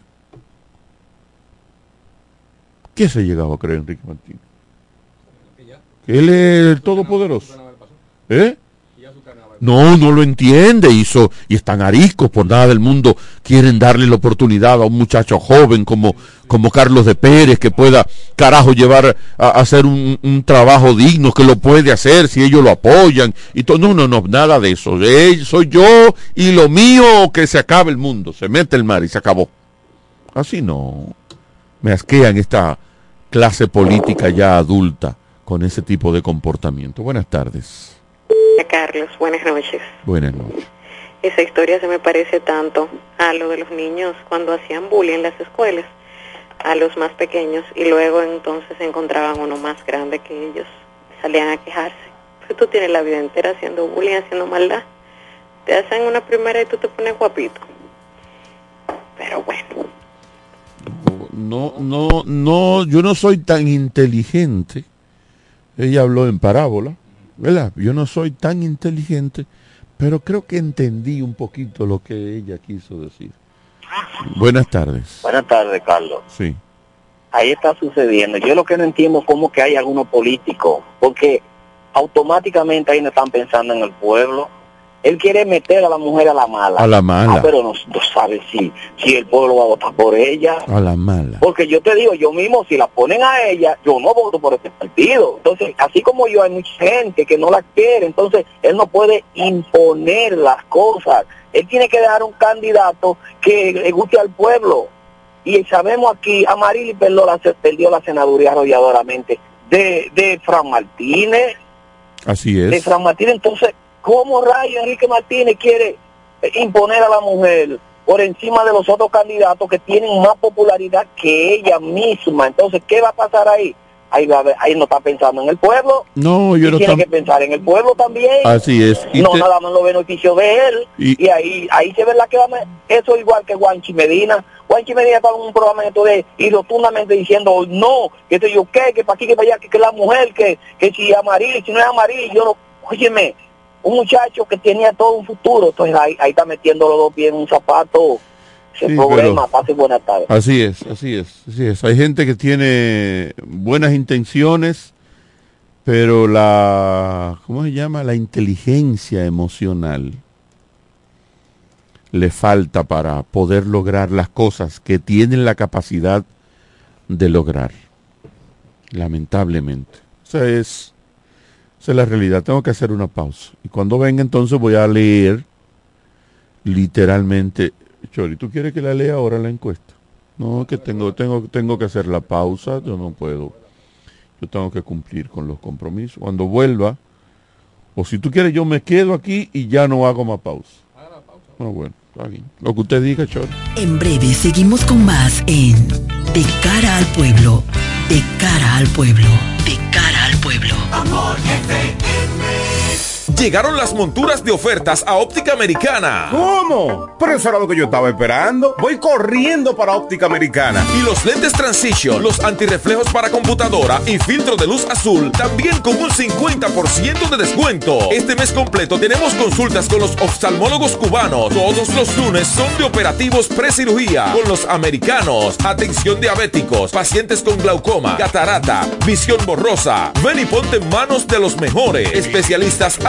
¿Qué se llegaba a creer Enrique Martínez? Que él es el todopoderoso. ¿Eh? No, no lo entiende, hizo, y están ariscos, por nada del mundo quieren darle la oportunidad a un muchacho joven como, como Carlos de Pérez, que pueda, carajo, llevar a, a hacer un, un trabajo digno, que lo puede hacer si ellos lo apoyan, y todo. No, no, no, nada de eso. Eh, soy yo y lo mío, que se acabe el mundo, se mete el mar y se acabó. Así no. Me asquean esta clase política ya adulta con ese tipo de comportamiento. Buenas tardes. Carlos, buenas noches. Buenas noches. Esa historia se me parece tanto a lo de los niños cuando hacían bullying en las escuelas, a los más pequeños, y luego entonces encontraban uno más grande que ellos, salían a quejarse. Pero tú tienes la vida entera haciendo bullying, haciendo maldad. Te hacen una primera y tú te pones guapito. Pero bueno. No, no, no, yo no soy tan inteligente. Ella habló en parábola, ¿verdad? Yo no soy tan inteligente, pero creo que entendí un poquito lo que ella quiso decir. Buenas tardes. Buenas tardes, Carlos. Sí. Ahí está sucediendo. Yo lo que no entiendo es cómo que hay algunos políticos, porque automáticamente ahí no están pensando en el pueblo. Él quiere meter a la mujer a la mala. A la mala. Ah, pero no, no sabe si, si el pueblo va a votar por ella. A la mala. Porque yo te digo, yo mismo, si la ponen a ella, yo no voto por este partido. Entonces, así como yo, hay mucha gente que no la quiere. Entonces, él no puede imponer las cosas. Él tiene que dar un candidato que le guste al pueblo. Y sabemos aquí, Amarili perdió la, perdió la senaduría arrolladoramente de, de Fran Martínez. Así es. De Fran Martínez, entonces... ¿Cómo rayo Enrique Martínez quiere imponer a la mujer por encima de los otros candidatos que tienen más popularidad que ella misma? Entonces, ¿qué va a pasar ahí? Ahí, va a ver, ahí no está pensando en el pueblo. No, yo no tiene tam... que pensar en el pueblo también. Así es. Y no te... nada más los beneficios de él. Y, y ahí ahí se ve la que va a... Eso igual que Juanchi Medina. Juanchi Medina está en un programa de y rotundamente diciendo, no, que esto yo qué, que para aquí, que para allá, que, que la mujer, que, que si Amarili, si no es Amarili, yo no... Óyeme, un muchacho que tenía todo un futuro, entonces ahí, ahí está metiendo los dos pies en un zapato, ese sí, problema, pase buena tarde. Así es, así es, así es. Hay gente que tiene buenas intenciones, pero la, ¿cómo se llama? La inteligencia emocional le falta para poder lograr las cosas que tienen la capacidad de lograr, lamentablemente. O sea, es... Esa es la realidad. Tengo que hacer una pausa. Y cuando venga entonces voy a leer literalmente. Chori, ¿tú quieres que la lea ahora la encuesta? No, que tengo, tengo, tengo que hacer la pausa. Yo no puedo. Yo tengo que cumplir con los compromisos. Cuando vuelva, o si tú quieres, yo me quedo aquí y ya no hago más pausa. No, bueno, está bien. Lo que usted diga, Chori. En breve seguimos con más en De Cara al Pueblo. De Cara al Pueblo. De Cara al Pueblo. Amor F M. Llegaron las monturas de ofertas a Óptica Americana. ¿Cómo? Pero eso era lo que yo estaba esperando. Voy corriendo para Óptica Americana. Y los lentes Transition, los antirreflejos para computadora y filtro de luz azul, también con un cincuenta por ciento de descuento. Este mes completo tenemos consultas con los oftalmólogos cubanos. Todos los lunes son de operativos precirugía con los americanos. Atención diabéticos, pacientes con glaucoma, catarata, visión borrosa. Ven y ponte en manos de los mejores especialistas al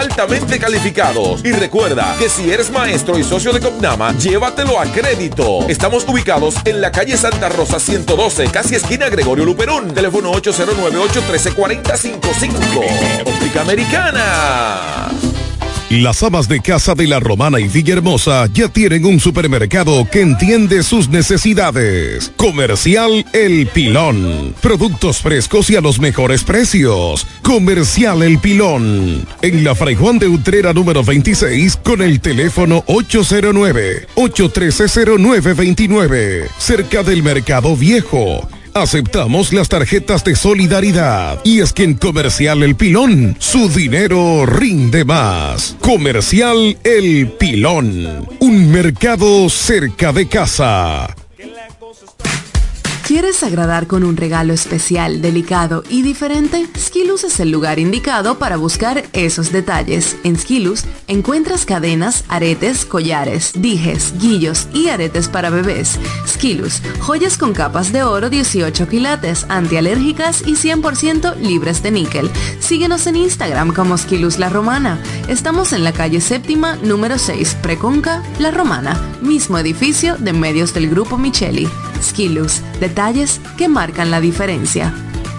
altamente calificados. Y recuerda que si eres maestro y socio de Copnama, llévatelo a crédito. Estamos ubicados en la calle Santa Rosa ciento doce, casi esquina Gregorio Luperón. Teléfono ocho cero nueve, ocho uno tres, cuatro cero cinco cinco. Óptica Americana. Las amas de casa de la Romana y Villahermosa ya tienen un supermercado que entiende sus necesidades. Comercial El Pilón. Productos frescos y a los mejores precios. Comercial El Pilón. En la Fray Juan de Utrera número veintiséis con el teléfono ocho cero nueve, ocho uno tres, cero nueve dos nueve. Cerca del Mercado Viejo. Aceptamos las tarjetas de solidaridad. Y es que en Comercial El Pilón, su dinero rinde más. Comercial El Pilón. Un mercado cerca de casa. ¿Quieres agradar con un regalo especial, delicado y diferente? Skilus es el lugar indicado para buscar esos detalles. En Skilus encuentras cadenas, aretes, collares, dijes, guillos y aretes para bebés. Skilus, joyas con capas de oro dieciocho quilates, antialérgicas y cien por ciento libres de níquel. Síguenos en Instagram como Skilus La Romana. Estamos en la calle séptima, número seis, Preconca, La Romana, mismo edificio de medios del Grupo Micheli. Skilus, detalles que marcan la diferencia.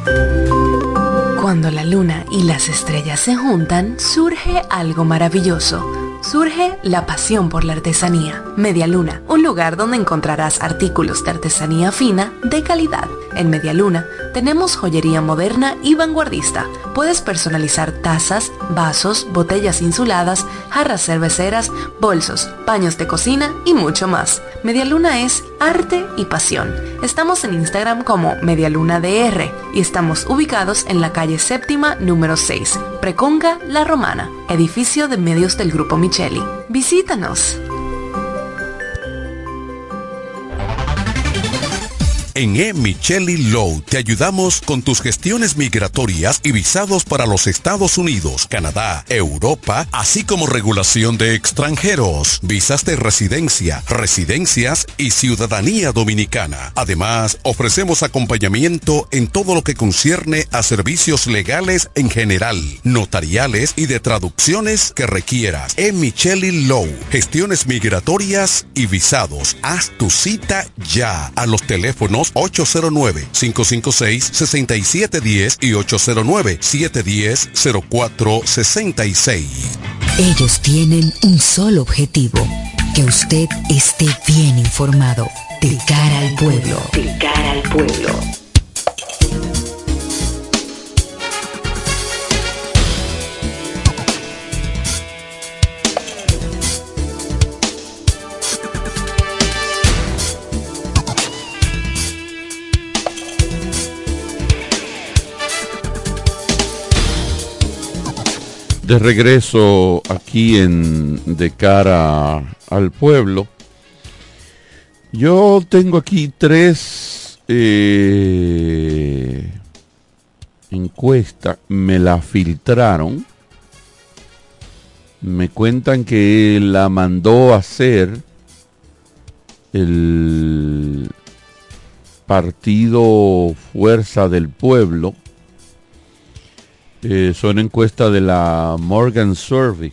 Cuando la luna y las estrellas se juntan, surge algo maravilloso. Surge la pasión por la artesanía. Media Luna, un lugar donde encontrarás artículos de artesanía fina de calidad. En Media Luna tenemos joyería moderna y vanguardista. Puedes personalizar tazas, vasos, botellas insuladas, jarras cerveceras, bolsos, paños de cocina y mucho más. Media Luna es arte y pasión. Estamos en Instagram como Medialuna D R y estamos ubicados en la calle séptima, número seis, Preconga, La Romana, edificio de medios del Grupo Micheli. Visítanos. En E. Micheli Law te ayudamos con tus gestiones migratorias y visados para los Estados Unidos, Canadá, Europa, así como regulación de extranjeros, visas de residencia, residencias y ciudadanía dominicana. Además, ofrecemos acompañamiento en todo lo que concierne a servicios legales en general, notariales y de traducciones que requieras. E. Micheli Law, gestiones migratorias y visados. Haz tu cita ya a los teléfonos ocho cero nueve, cinco cinco seis, seis siete uno cero y ocho cero nueve, siete uno cero, cero cuatro seis seis. Ellos tienen un solo objetivo, que usted esté bien informado. De cara al pueblo. De cara al pueblo. De regreso aquí en De Cara al Pueblo. Yo tengo aquí tres eh, encuestas. Me la filtraron. Me cuentan que la mandó a hacer el Partido Fuerza del Pueblo. Eh, son encuestas de la Morgan Survey.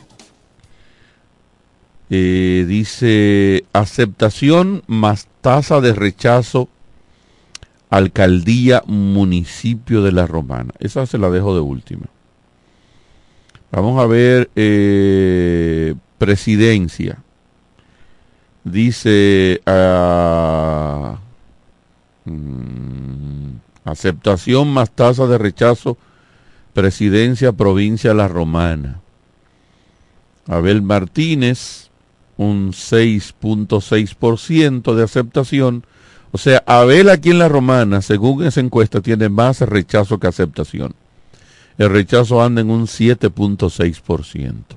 Eh, dice aceptación más tasa de rechazo, alcaldía, municipio de La Romana. Esa se la dejo de última. Vamos a ver eh, presidencia. Dice uh, mm, aceptación más tasa de rechazo, presidencia, provincia La Romana. Abel Martínez, un seis punto seis por ciento de aceptación. O sea, Abel aquí en La Romana, según esa encuesta, tiene más rechazo que aceptación. El rechazo anda en un siete punto seis por ciento.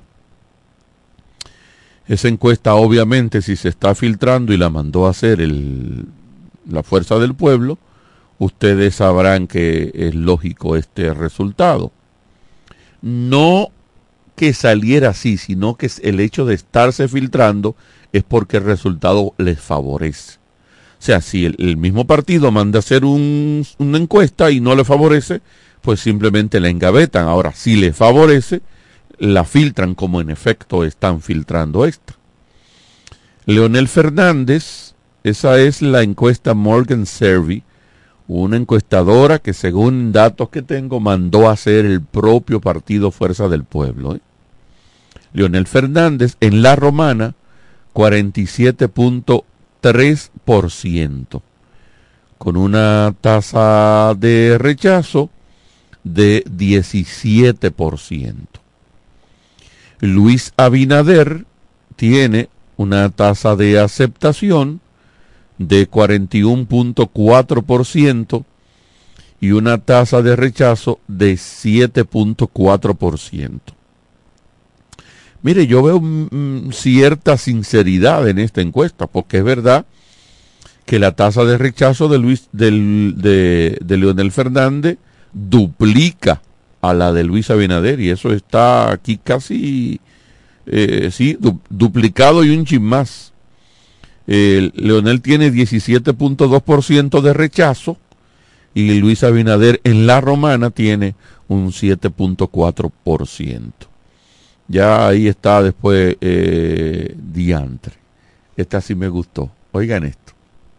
Esa encuesta, obviamente, si se está filtrando y la mandó a hacer el, la Fuerza del Pueblo, ustedes sabrán que es lógico este resultado. No que saliera así, sino que el hecho de estarse filtrando es porque el resultado les favorece. O sea, si el, el mismo partido manda a hacer un, una encuesta y no le favorece, pues simplemente la engavetan. Ahora, si le favorece, la filtran como en efecto están filtrando esta. Leonel Fernández, esa es la encuesta Morgan Stanley, una encuestadora que según datos que tengo mandó a hacer el propio partido Fuerza del Pueblo. ¿eh? Leonel Fernández en La Romana, cuarenta y siete punto tres por ciento, con una tasa de rechazo de diecisiete por ciento. Luis Abinader tiene una tasa de aceptación de cuarenta y uno punto cuatro por ciento y una tasa de rechazo de siete punto cuatro por ciento. Mire, yo veo mm, cierta sinceridad en esta encuesta, porque es verdad que la tasa de rechazo de Luis del, de, de Leonel Fernández duplica a la de Luis Abinader, y eso está aquí casi eh, sí, du, duplicado y un chin más. Eh, Leonel tiene diecisiete punto dos por ciento de rechazo y Luis Abinader en La Romana tiene un siete punto cuatro por ciento. Ya ahí está después eh, diantre. Esta sí me gustó. Oigan esto.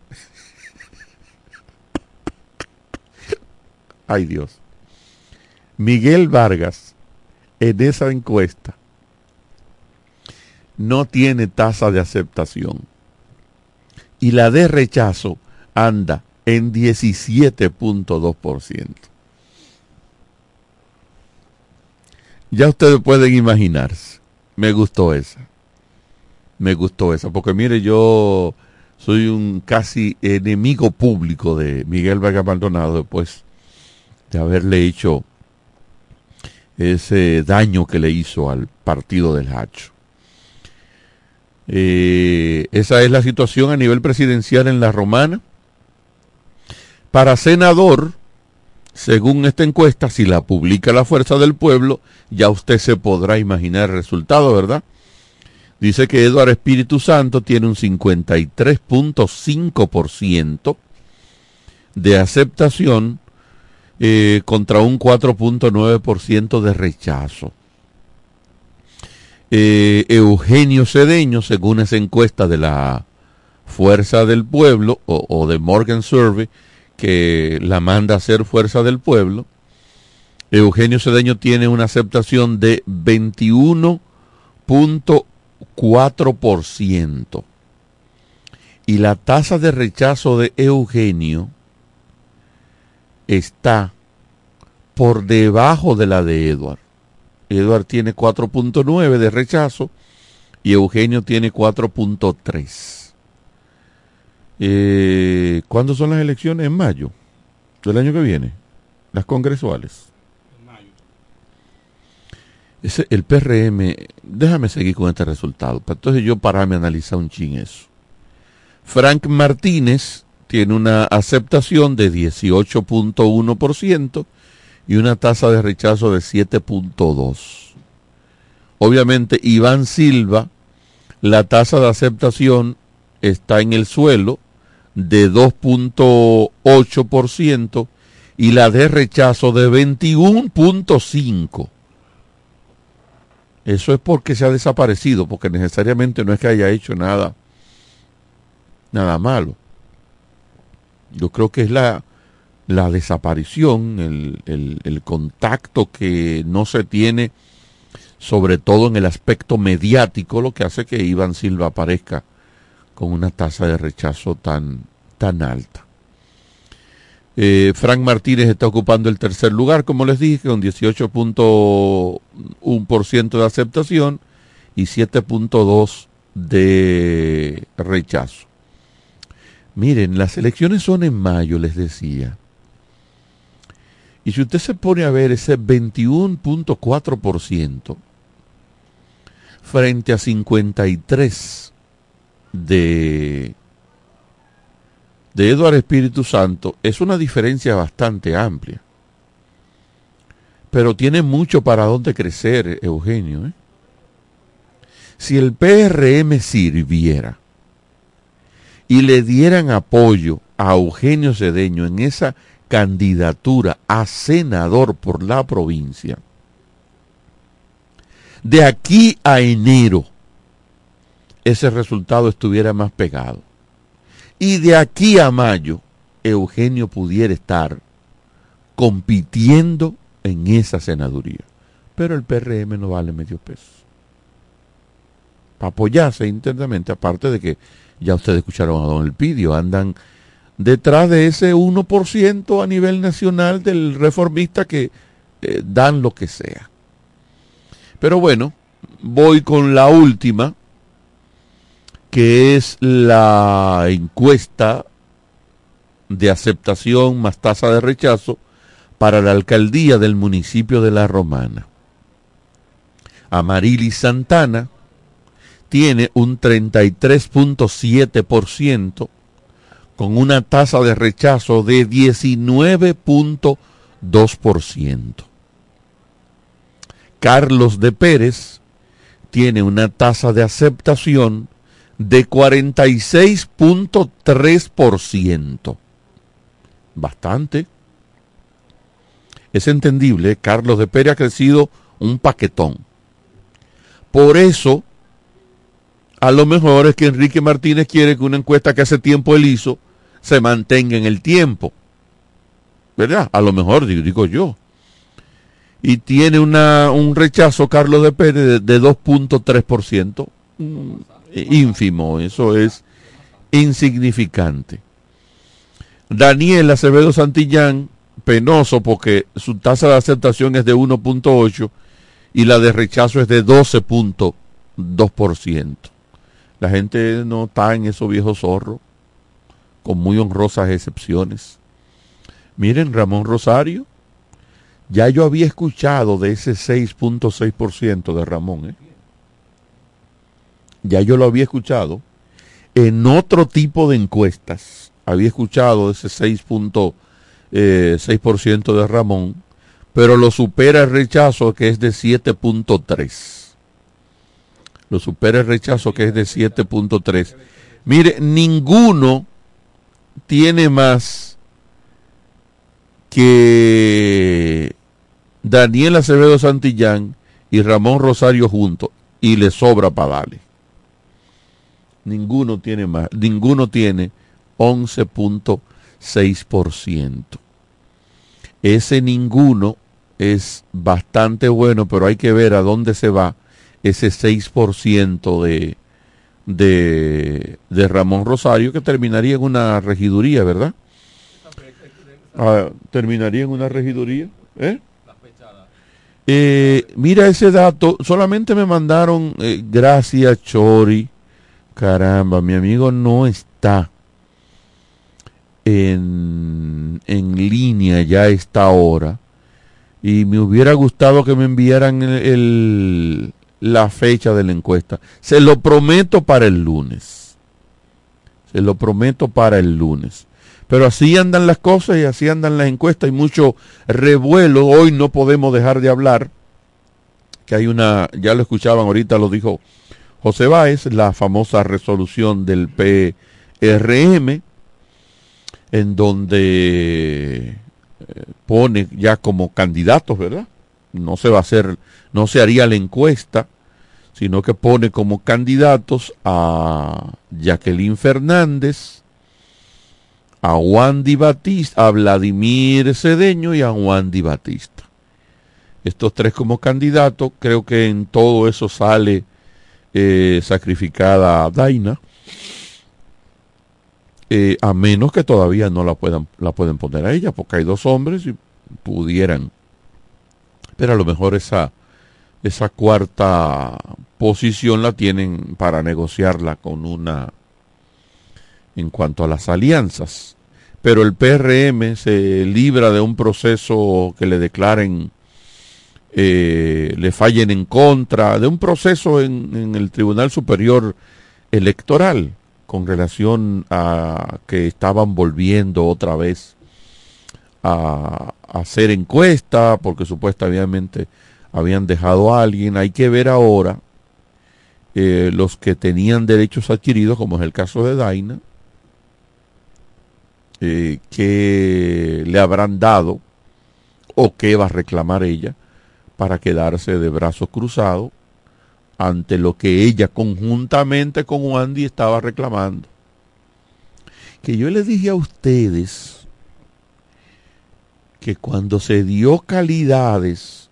Ay Dios. Miguel Vargas en esa encuesta no tiene tasa de aceptación. Y la de rechazo anda en diecisiete punto dos por ciento. Ya ustedes pueden imaginarse. Me gustó esa. Me gustó esa. Porque mire, yo soy un casi enemigo público de Miguel Vargas Maldonado después de haberle hecho ese daño que le hizo al partido del Hacho. Eh, esa es la situación a nivel presidencial en La Romana. Para senador, según esta encuesta, si la publica la Fuerza del Pueblo, ya usted se podrá imaginar el resultado, ¿verdad? Dice que Eduardo Espíritu Santo tiene un cincuenta y tres punto cinco por ciento de aceptación eh, contra un cuatro punto nueve por ciento de rechazo. Eh, Eugenio Cedeño, según esa encuesta de la Fuerza del Pueblo o, o de Morgan Survey, que la manda a hacer Fuerza del Pueblo, Eugenio Cedeño tiene una aceptación de veintiuno punto cuatro por ciento y la tasa de rechazo de Eugenio está por debajo de la de Eduardo. Eduardo tiene cuatro punto nueve de rechazo y Eugenio tiene cuatro punto tres. Eh, ¿Cuándo son las elecciones? En mayo del año que viene, las congresuales. En mayo. Ese, el P R M, déjame seguir con este resultado, para entonces yo pararme a analizar un chin eso. Frank Martínez tiene una aceptación de dieciocho punto uno por ciento y una tasa de rechazo de siete punto dos. Obviamente Iván Silva, la tasa de aceptación está en el suelo de dos punto ocho por ciento y la de rechazo de veintiuno punto cinco. Eso es porque se ha desaparecido, porque necesariamente no es que haya hecho nada, nada malo. Yo creo que es la, la desaparición, el, el, el contacto que no se tiene, sobre todo en el aspecto mediático, lo que hace que Iván Silva aparezca con una tasa de rechazo tan, tan alta. Eh, Frank Martínez está ocupando el tercer lugar, como les dije, con dieciocho punto uno por ciento de aceptación y siete punto dos por ciento de rechazo. Miren, las elecciones son en mayo, les decía. Y si usted se pone a ver ese veintiuno punto cuatro por ciento frente a cincuenta y tres de, de Eduardo Espíritu Santo, es una diferencia bastante amplia. Pero tiene mucho para dónde crecer, Eugenio. ¿eh? Si el P R M sirviera y le dieran apoyo a Eugenio Cedeño en esa candidatura a senador por la provincia, de aquí a enero ese resultado estuviera más pegado. Y de aquí a mayo, Eugenio pudiera estar compitiendo en esa senaduría. Pero el P R M no vale medio peso. Para apoyarse internamente, aparte de que ya ustedes escucharon a don Elpidio, andan detrás de ese uno por ciento a nivel nacional del reformista que eh, dan lo que sea. Pero bueno, voy con la última, que es la encuesta de aceptación más tasa de rechazo para la alcaldía del municipio de La Romana. Amarilis Santana tiene un treinta y tres punto siete por ciento con una tasa de rechazo de diecinueve punto dos por ciento. Carlos de Pérez tiene una tasa de aceptación de cuarenta y seis punto tres por ciento. Bastante. Es entendible, Carlos de Pérez ha crecido un paquetón. Por eso, a lo mejor es que Enrique Martínez quiere que una encuesta que hace tiempo él hizo se mantenga en el tiempo. ¿Verdad? A lo mejor, digo, digo yo. Y tiene una, un rechazo, Carlos de Pérez, de, de dos punto tres por ciento. Mm, ínfimo, eso es insignificante. Daniel Acevedo Santillán, penoso porque su tasa de aceptación es de uno punto ocho y la de rechazo es de doce punto dos por ciento. La gente no está en esos viejos zorros, con muy honrosas excepciones. Miren, Ramón Rosario, ya yo había escuchado de ese seis punto seis por ciento de Ramón, ¿eh? Ya yo lo había escuchado en otro tipo de encuestas. Había escuchado ese seis punto seis por ciento de Ramón, pero lo supera el rechazo, que es de siete punto tres. Lo supera el rechazo, que es de siete punto tres. Mire, ninguno tiene más que Daniel Acevedo Santillán y Ramón Rosario juntos, y le sobra para darle. Ninguno tiene más, ninguno tiene once punto seis por ciento. Ese ninguno es bastante bueno, pero hay que ver a dónde se va ese seis por ciento de, de, de Ramón Rosario, que terminaría en una regiduría, ¿verdad? Ah, terminaría en una regiduría. ¿Eh? Eh, mira ese dato, solamente me mandaron, eh, gracias Chori, caramba, mi amigo no está en, en línea ya a esta hora, y me hubiera gustado que me enviaran el, el, la fecha de la encuesta. Se lo prometo para el lunes, se lo prometo para el lunes. Pero así andan las cosas y así andan las encuestas, y mucho revuelo. Hoy no podemos dejar de hablar, que hay una, ya lo escuchaban ahorita, lo dijo José Báez, la famosa resolución del P R M, en donde pone ya como candidatos, ¿verdad? No se va a hacer, no se haría la encuesta, sino que pone como candidatos a Jacqueline Fernández, a Wandy Batista, a Vladimir Cedeño y a Wandy Batista. Estos tres como candidatos. Creo que en todo eso sale eh, sacrificada Daina, eh, a menos que todavía no la puedan la pueden poner a ella, porque hay dos hombres y pudieran, pero a lo mejor esa esa cuarta posición la tienen para negociarla con una, en cuanto a las alianzas. Pero el P R M se libra de un proceso que le declaren, eh, le fallen en contra, de un proceso en, en el Tribunal Superior Electoral, con relación a que estaban volviendo otra vez a, a hacer encuesta, porque supuestamente habían dejado a alguien. Hay que ver ahora eh, los que tenían derechos adquiridos, como es el caso de Daina, eh, que le habrán dado o qué va a reclamar ella para quedarse de brazos cruzados ante lo que ella conjuntamente con Wandy estaba reclamando. Que yo les dije a ustedes que cuando se dio Calidades,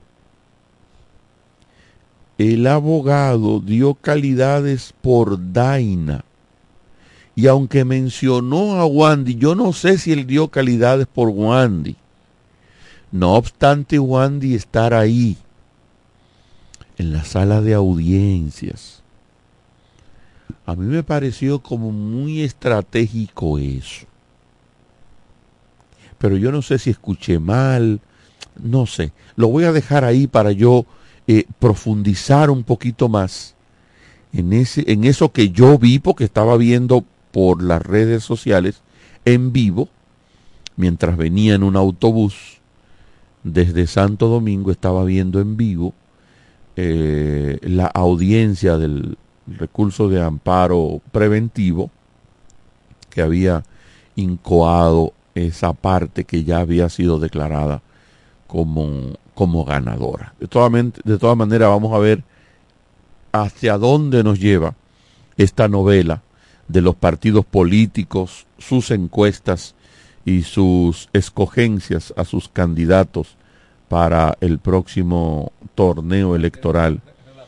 el abogado dio Calidades por Daina. Y aunque mencionó a Wandy, yo no sé si él dio Calidades por Wandy. No obstante, Wandy estar ahí, en la sala de audiencias, a mí me pareció como muy estratégico eso. Pero yo no sé si escuché mal, no sé. Lo voy a dejar ahí para yo eh, profundizar un poquito más en, ese, en eso que yo vi, porque estaba viendo por las redes sociales en vivo, mientras venía en un autobús desde Santo Domingo, estaba viendo en vivo eh, la audiencia del recurso de amparo preventivo que había incoado esa parte que ya había sido declarada como, como ganadora. De todas, de todas maneras, vamos a ver hacia dónde nos lleva esta novela de los partidos políticos, sus encuestas y sus escogencias a sus candidatos para el próximo torneo electoral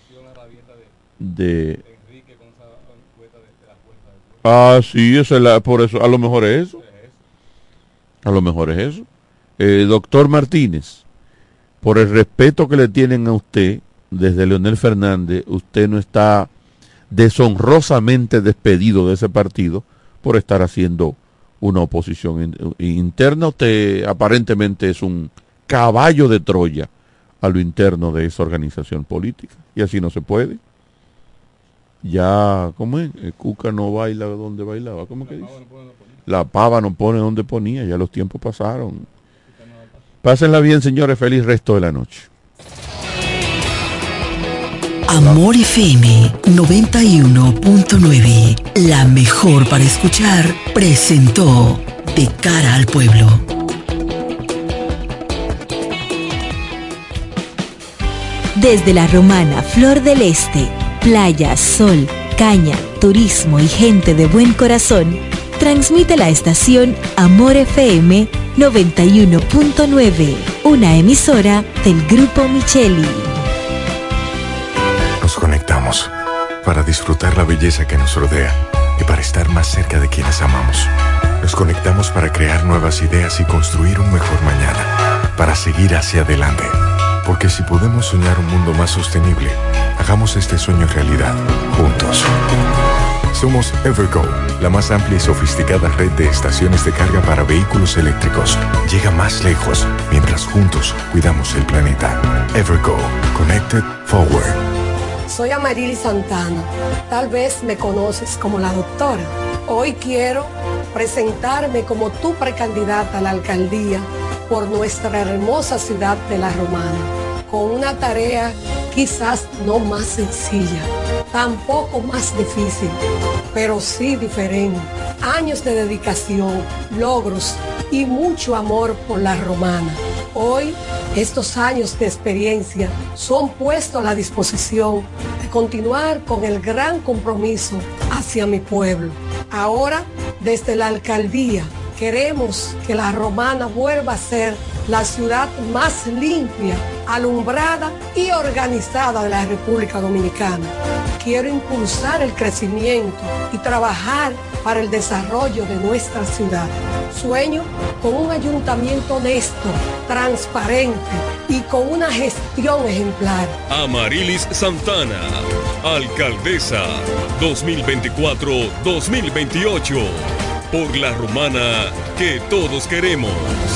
de... Ah, sí, eso es la, por eso, a lo mejor es eso. A lo mejor es eso. Eh, doctor Martínez, por el respeto que le tienen a usted, desde Leonel Fernández, usted no está deshonrosamente despedido de ese partido por estar haciendo una oposición in, interna. Usted aparentemente es un caballo de Troya a lo interno de esa organización política. Y así no se puede. Ya, ¿cómo es? El Cuca no baila donde bailaba. ¿Cómo que dice? La pava no pone donde ponía. Ya los tiempos pasaron. Pásenla bien, señores. Feliz resto de la noche. Amor F M noventa y uno punto nueve, la mejor para escuchar, presentó De Cara al Pueblo. Desde la romana Flor del Este, playa, sol, caña, turismo y gente de buen corazón, transmite la estación Amor F M noventa y uno punto nueve, una emisora del Grupo Micheli. Nos conectamos para disfrutar la belleza que nos rodea y para estar más cerca de quienes amamos. Nos conectamos para crear nuevas ideas y construir un mejor mañana, para seguir hacia adelante. Porque si podemos soñar un mundo más sostenible, hagamos este sueño realidad, juntos. Somos Evergo, la más amplia y sofisticada red de estaciones de carga para vehículos eléctricos. Llega más lejos mientras juntos cuidamos el planeta. Evergo, Connected Forward. Soy Amarili Santana. Tal vez me conoces como la doctora. Hoy quiero presentarme como tu precandidata a la alcaldía por nuestra hermosa ciudad de La Romana, con una tarea quizás no más sencilla, tampoco más difícil, pero sí diferente. Años de dedicación, logros y mucho amor por La Romana. Hoy, estos años de experiencia son puestos a la disposición de continuar con el gran compromiso hacia mi pueblo. Ahora, desde la alcaldía, queremos que La Romana vuelva a ser la ciudad más limpia, alumbrada y organizada de la República Dominicana. Quiero impulsar el crecimiento y trabajar para el desarrollo de nuestra ciudad. Sueño con un ayuntamiento honesto, transparente y con una gestión ejemplar. Amarilis Santana, alcaldesa dos mil veinticuatro a dos mil veintiocho. Por La Romana que todos queremos.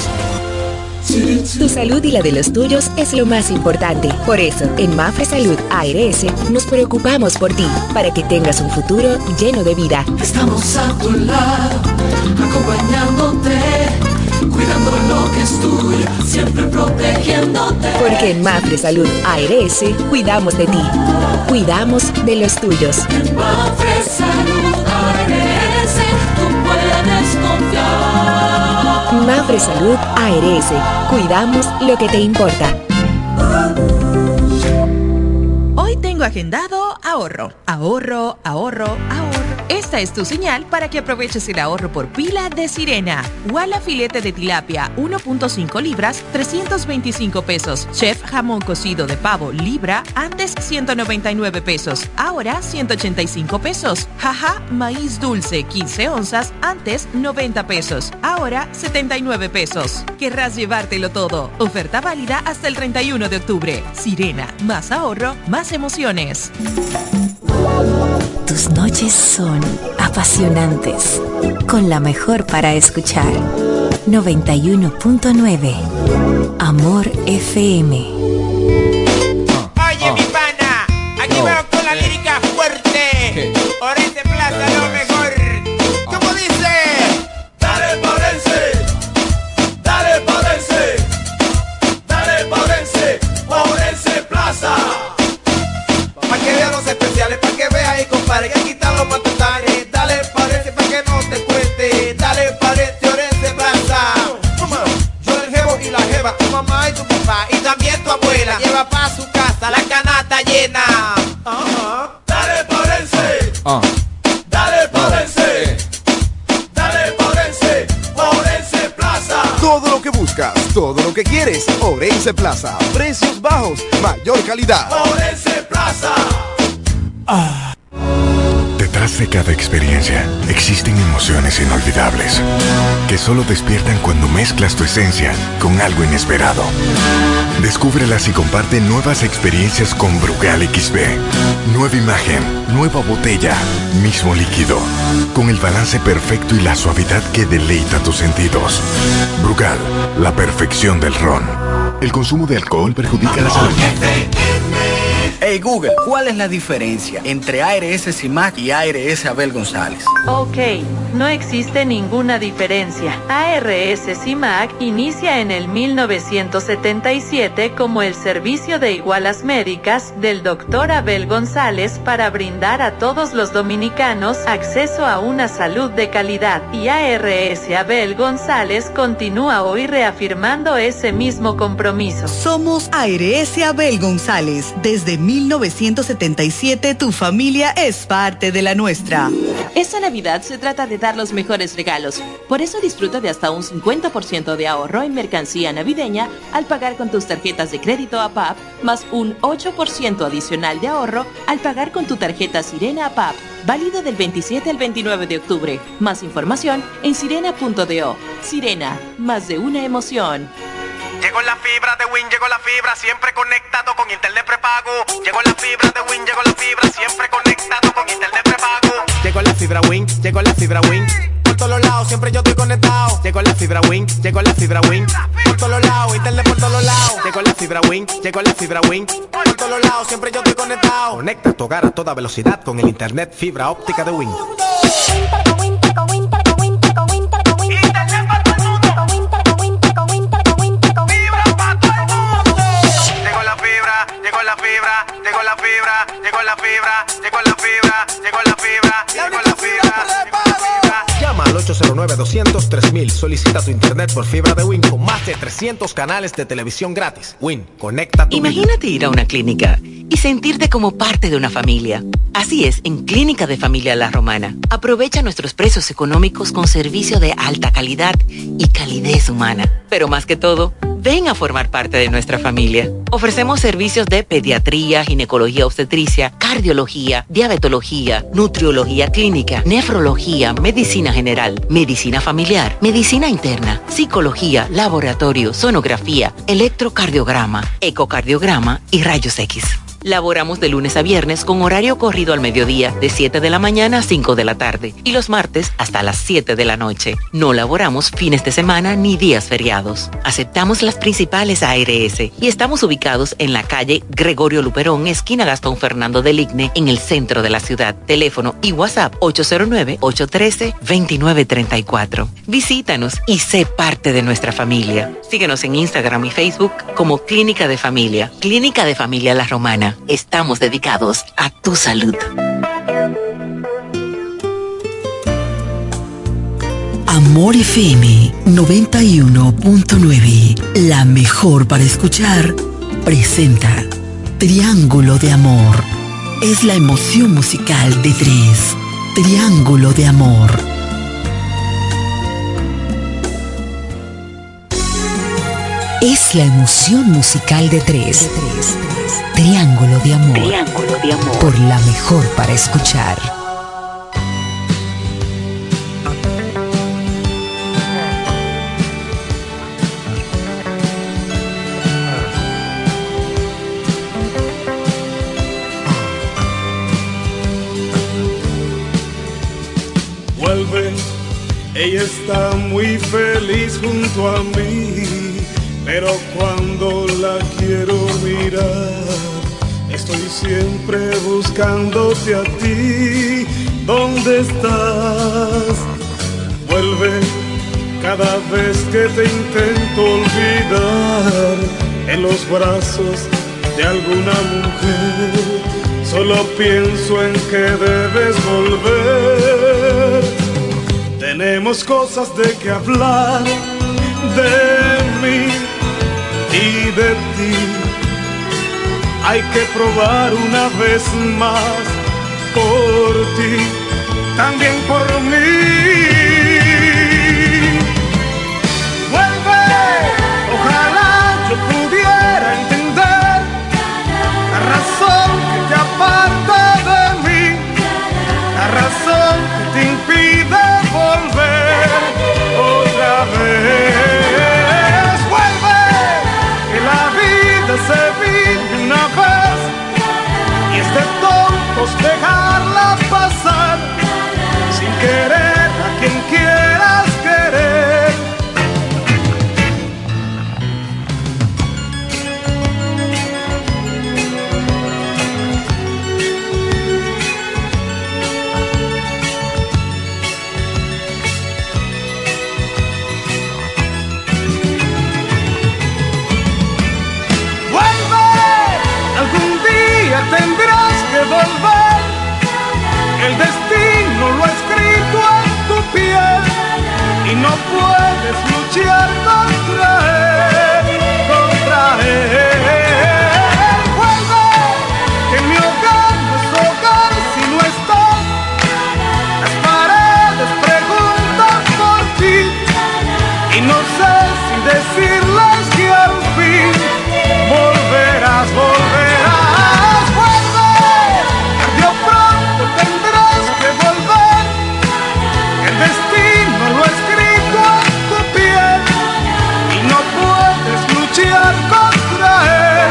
Tu salud y la de los tuyos es lo más importante. Por eso, en Mafre Salud A R S nos preocupamos por ti, para que tengas un futuro lleno de vida. Estamos a tu lado, acompañándote, cuidando lo que es tuyo, siempre protegiéndote. Porque en Mafre Salud A R S cuidamos de ti, cuidamos de los tuyos. En Mafre Salud A R S tú puedes confiar. Mafre Salud A R S, cuidamos lo que te importa. Hoy tengo Tengo agendado ahorro, ahorro, ahorro, ahorro. Esta es tu señal para que aproveches el ahorro por pila de Sirena. Walla filete de tilapia uno punto cinco libras, trescientos veinticinco pesos. Chef jamón cocido de pavo libra, antes ciento noventa y nueve pesos, ahora ciento ochenta y cinco pesos. Jaja, maíz dulce quince onzas, antes noventa pesos, ahora setenta y nueve pesos. Querrás llevártelo todo. Oferta válida hasta el treinta y uno de octubre. Sirena, más ahorro, más emociones. Tus noches son apasionantes, con la mejor para escuchar. noventa y uno punto nueve Amor F M. Oye, mi pana, aquí No. veo con la Eh. lírica fuerte. ¿Qué? Orense Plaza, lo mejor. ¿Cómo dice? Dale Orense, dale Orense, dale Orense, Orense Plaza. Pa' que vea los especiales, pa' que vea y compare, que aquí están los matutanes. Dale Orense pa' que no te cuente. Dale Orense, Orense Plaza. Yo el jevo y la jeva, tu mamá y tu papá y también tu abuela. Lleva pa' su casa la canasta llena. Ajá. Dale Orense, Ah. dale Orense, dale Orense, Orense Plaza. Todo lo que buscas, todo lo que quieres, Orense Plaza. Precios bajos, mayor calidad. Orense Plaza. Detrás de cada experiencia existen emociones inolvidables que solo despiertan cuando mezclas tu esencia con algo inesperado. Descúbrelas y comparte nuevas experiencias con Brugal X B. Nueva imagen, nueva botella, mismo líquido, con el balance perfecto y la suavidad que deleita tus sentidos. Brugal, la perfección del ron. El consumo de alcohol perjudica la salud. Hey Google, ¿cuál es la diferencia entre A R S CIMAC y A R S Abel González? Ok, no existe ninguna diferencia. A R S CIMAC inicia en el mil novecientos setenta y siete como el servicio de igualas médicas del doctor Abel González para brindar a todos los dominicanos acceso a una salud de calidad. Y A R S Abel González continúa hoy reafirmando ese mismo compromiso. Somos A R S Abel González. Desde mil novecientos setenta y siete tu familia es parte de la nuestra. Esta Navidad se trata de dar los mejores regalos. Por eso disfruta de hasta un cincuenta por ciento de ahorro en mercancía navideña al pagar con tus tarjetas de crédito A P A P, más un ocho por ciento adicional de ahorro al pagar con tu tarjeta Sirena A P A P. Válido del veintisiete al veintinueve de octubre. Más información en sirena punto do. Sirena, más de una emoción. Llegó la fibra de Win, llegó la fibra, siempre conectado con internet prepago. Llegó la fibra de Win, llegó la fibra, siempre conectado con internet prepago. Llegó la fibra Win, llegó la fibra Win. Por todos lados, siempre yo estoy conectado. Llegó la fibra Win, llegó la fibra Win. Por todos lados, internet por todos lados. Llegó la fibra Win, llegó la fibra Win. Por todos lados, siempre yo estoy conectado. Conecta tu hogar a toda velocidad con el internet fibra óptica de Win. Llegó la fibra, llegó la fibra, llegó la fibra, llegó la fibra, llegó la fibra, llegó la fibra, llegó la fibra. Llama al ocho cero nueve, dos cero cero, tres mil. Solicita tu internet por fibra de Win con más de trescientos canales de televisión gratis. Win, conecta tu Imagínate ir a una clínica y sentirte como parte de una familia. Así es, en Clínica de Familia La Romana. Aprovecha nuestros precios económicos con servicio de alta calidad y calidez humana. Pero más que todo, ven a formar parte de nuestra familia. Ofrecemos servicios de pediatría, ginecología obstetricia, cardiología, diabetología, nutriología clínica, nefrología, medicina general, medicina familiar, medicina interna, psicología, laboratorio, sonografía, electrocardiograma, ecocardiograma y rayos X. Laboramos de lunes a viernes con horario corrido al mediodía, de siete de la mañana a cinco de la tarde, y los martes hasta las siete de la noche. No laboramos fines de semana ni días feriados. Aceptamos las principales A R S y estamos ubicados en la calle Gregorio Luperón, esquina Gastón Fernando del Igne, en el centro de la ciudad. Teléfono y WhatsApp ocho cero nueve, ocho uno tres, dos nueve tres cuatro. Visítanos y sé parte de nuestra familia. Síguenos en Instagram y Facebook como Clínica de Familia. Clínica de Familia La Romana. Estamos dedicados a tu salud. Amor F M noventa y uno punto nueve, la mejor para escuchar, presenta Triángulo de Amor es la emoción musical de tres. Triángulo de amor. Es la emoción musical de tres. Triángulo de amor. Triángulo de amor. Por la mejor para escuchar. Vuelve, ella está muy feliz junto a mí, pero cuando la quiero mirar, estoy siempre buscándote a ti. ¿Dónde estás? Vuelve, cada vez que te intento olvidar, en los brazos de alguna mujer, solo pienso en que debes volver. Tenemos cosas de que hablar, de mí y de ti. Hay que probar una vez más por ti, también por mí. Vuelve, ojalá yo pudiera entender la razón que te aparta de mí, la razón que te impide volver otra vez. Vuelve, que la vida se vive una vez y es de tontos dejarla pasar sin querer a quien quieras querer. Tendrás que volver, el destino lo ha escrito en tu piel y no puedes luchar contra él, contra él. Vuelve, que mi hogar no es hogar si no estás, las paredes preguntan por ti y no sé si decirles que al fin volverás, volverás. El destino lo ha escrito en tu piel y no puedes luchar contra él.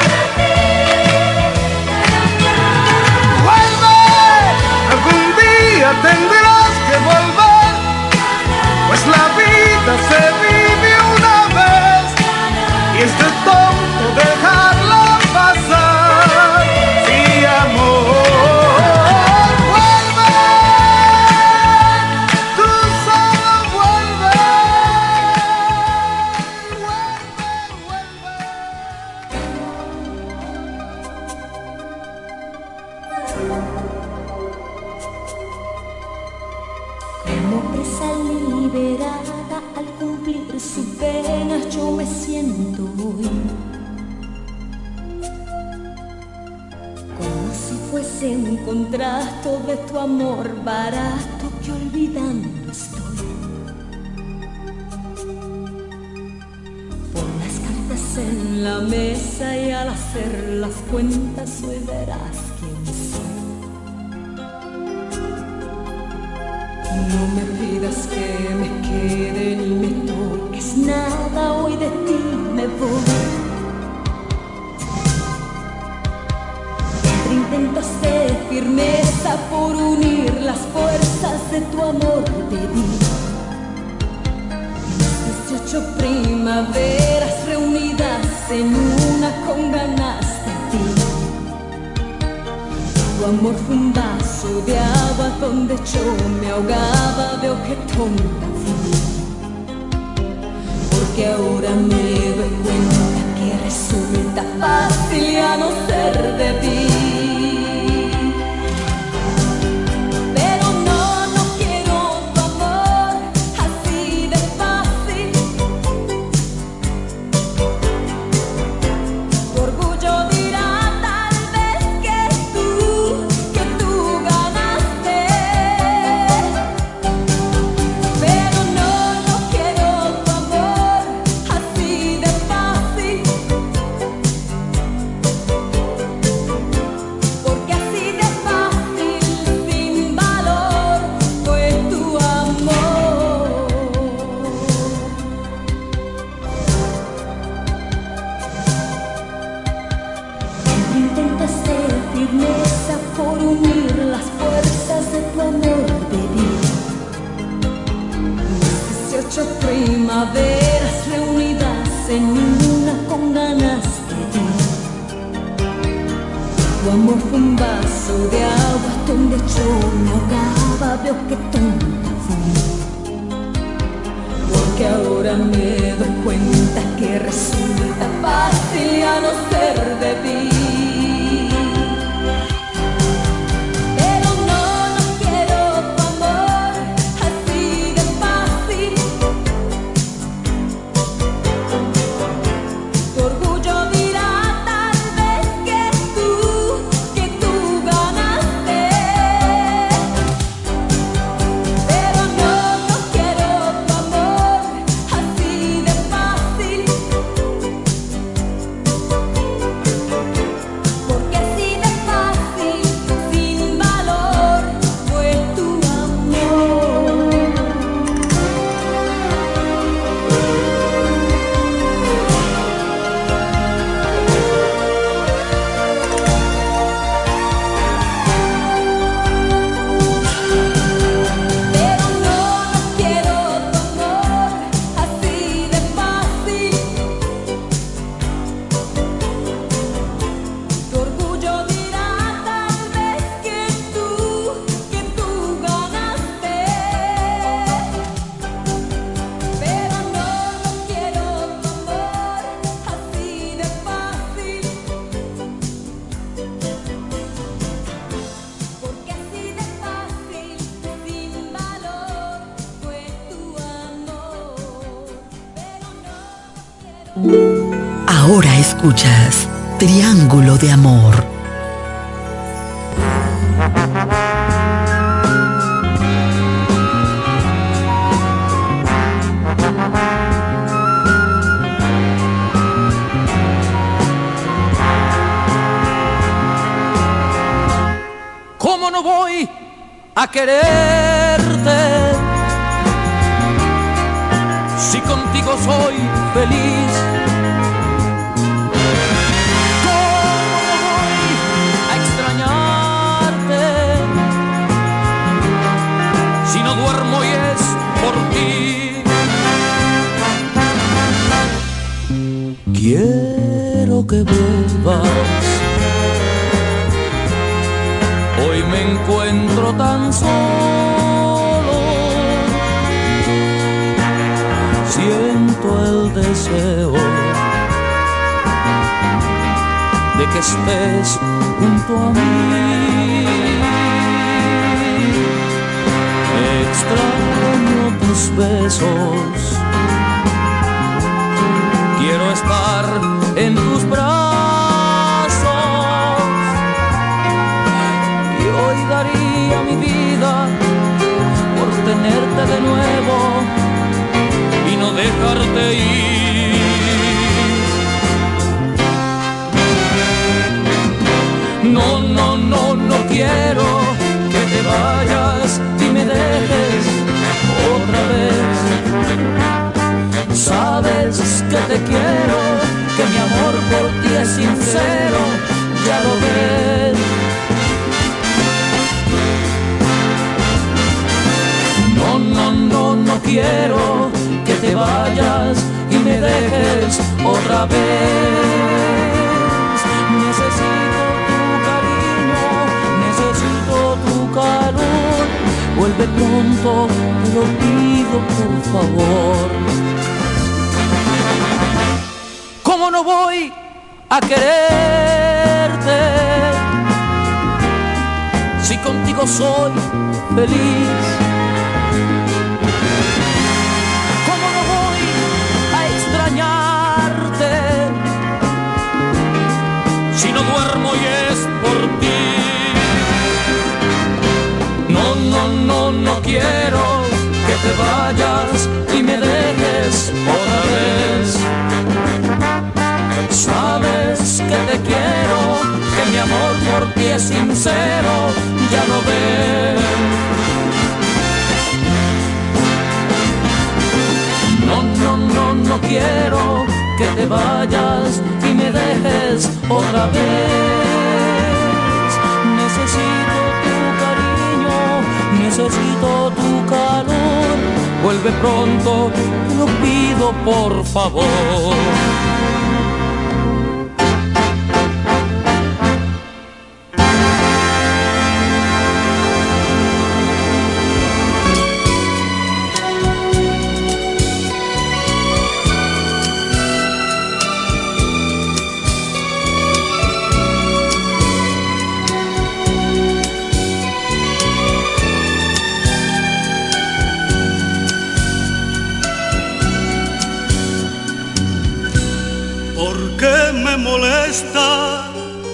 Vuelve, algún día tendrás que volver, pues la vida se vive una vez y es de tonto dejarla pasar. Sí, amor. Yo me siento hoy como si fuese un contrato de tu amor barato que olvidando estoy. Pon las cartas en la mesa y al hacer las cuentas hoy verás quién soy. No me pidas que me quede ni me toques nada, hoy de ti me voy. Entre intentos de firmeza por unir las fuerzas de tu amor te di. Dieciocho primaveras reunidas en una con ganas de ti. Tu amor fue un vaso de agua donde yo me ahogaba, veo que tonta fui. Porque ahora me doy cuenta que resulta fácil ya no ser de ti. Pero no, no quiero tu amor así de fácil. Tu orgullo dirá tal vez que tú dieciocho primaveras reunidas en una con ganas de ti. Tu amor fue un vaso de agua donde yo me ahogaba, veo que tonta fui. Porque ahora me doy cuenta que resulta fácil ya no ser de ti. Ahora escuchas Triángulo de Amor. ¿Cómo no voy a quererte si contigo soy feliz? Duermo y es por ti. Quiero que vuelvas. Hoy me encuentro tan solo. Siento el deseo de que estés junto a mí. Extraño tus besos, quiero estar en tus brazos y hoy daría mi vida por tenerte de nuevo y no dejarte ir. No, no, no, no quiero que te vayas y me dejes otra vez. Sabes que te quiero, que mi amor por ti es sincero, ya lo ves. No, no, no, no quiero que te vayas y me dejes otra vez. Necesito tu cariño, necesito tu calor. Vuelve pronto, te lo pido por favor. ¿Cómo no voy a quererte si contigo soy feliz? ¿Cómo no voy a extrañarte si no duermo y es por ti? No, no, no, no quiero que te vayas y me dejes otra vez. Sabes que te quiero, que mi amor por ti es sincero, ya lo ves. No, no, no, no quiero que te vayas y me dejes otra vez. Necesito tu cariño, necesito tu calor. Vuelve vuelve pronto, te lo pido por favor. Molesta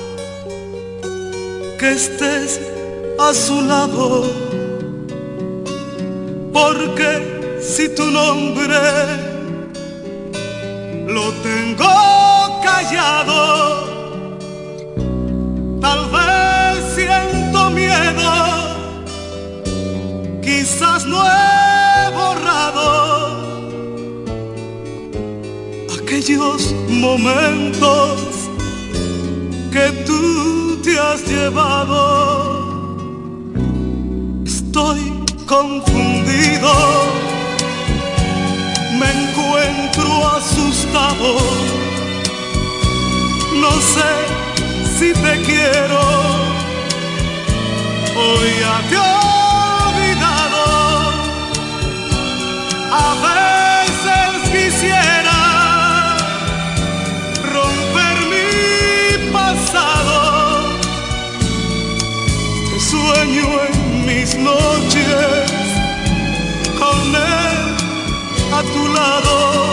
que estés a su lado, porque si tu nombre lo tengo callado, tal vez siento miedo, quizás no he borrado aquellos momentos que tú te has llevado. Estoy confundido, me encuentro asustado, no sé si te quiero o ya te he olvidado. A veces quisiera sueño en mis noches con él a tu lado,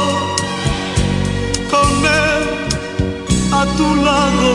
con él a tu lado.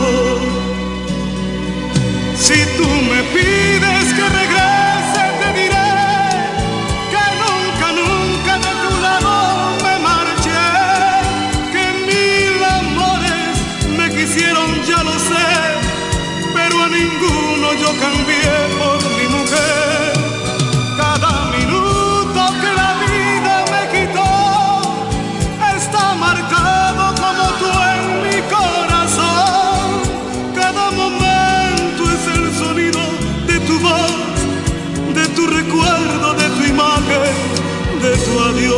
Si tú me pides que regrese, te diré que nunca, nunca de tu lado me marché, que mil amores me quisieron, ya lo sé, pero a ninguno yo cambié por mi mujer. Cada minuto que la vida me quitó está marcado como tú en mi corazón. Cada momento es el sonido de tu voz, de tu recuerdo, de tu imagen, de tu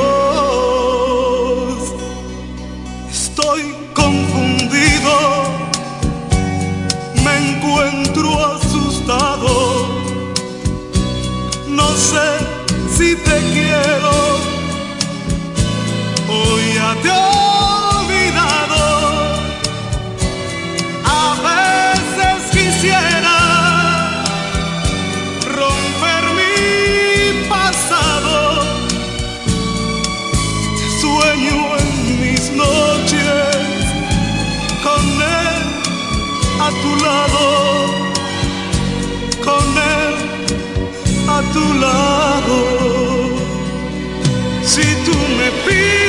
adiós. Estoy confundido, me encuentro asustado, no sé si te quiero o ya te he olvidado. A veces quisiera romper mi pasado, sueño en mis noches con él a tu lado, con él a tu lado. Si tú me pides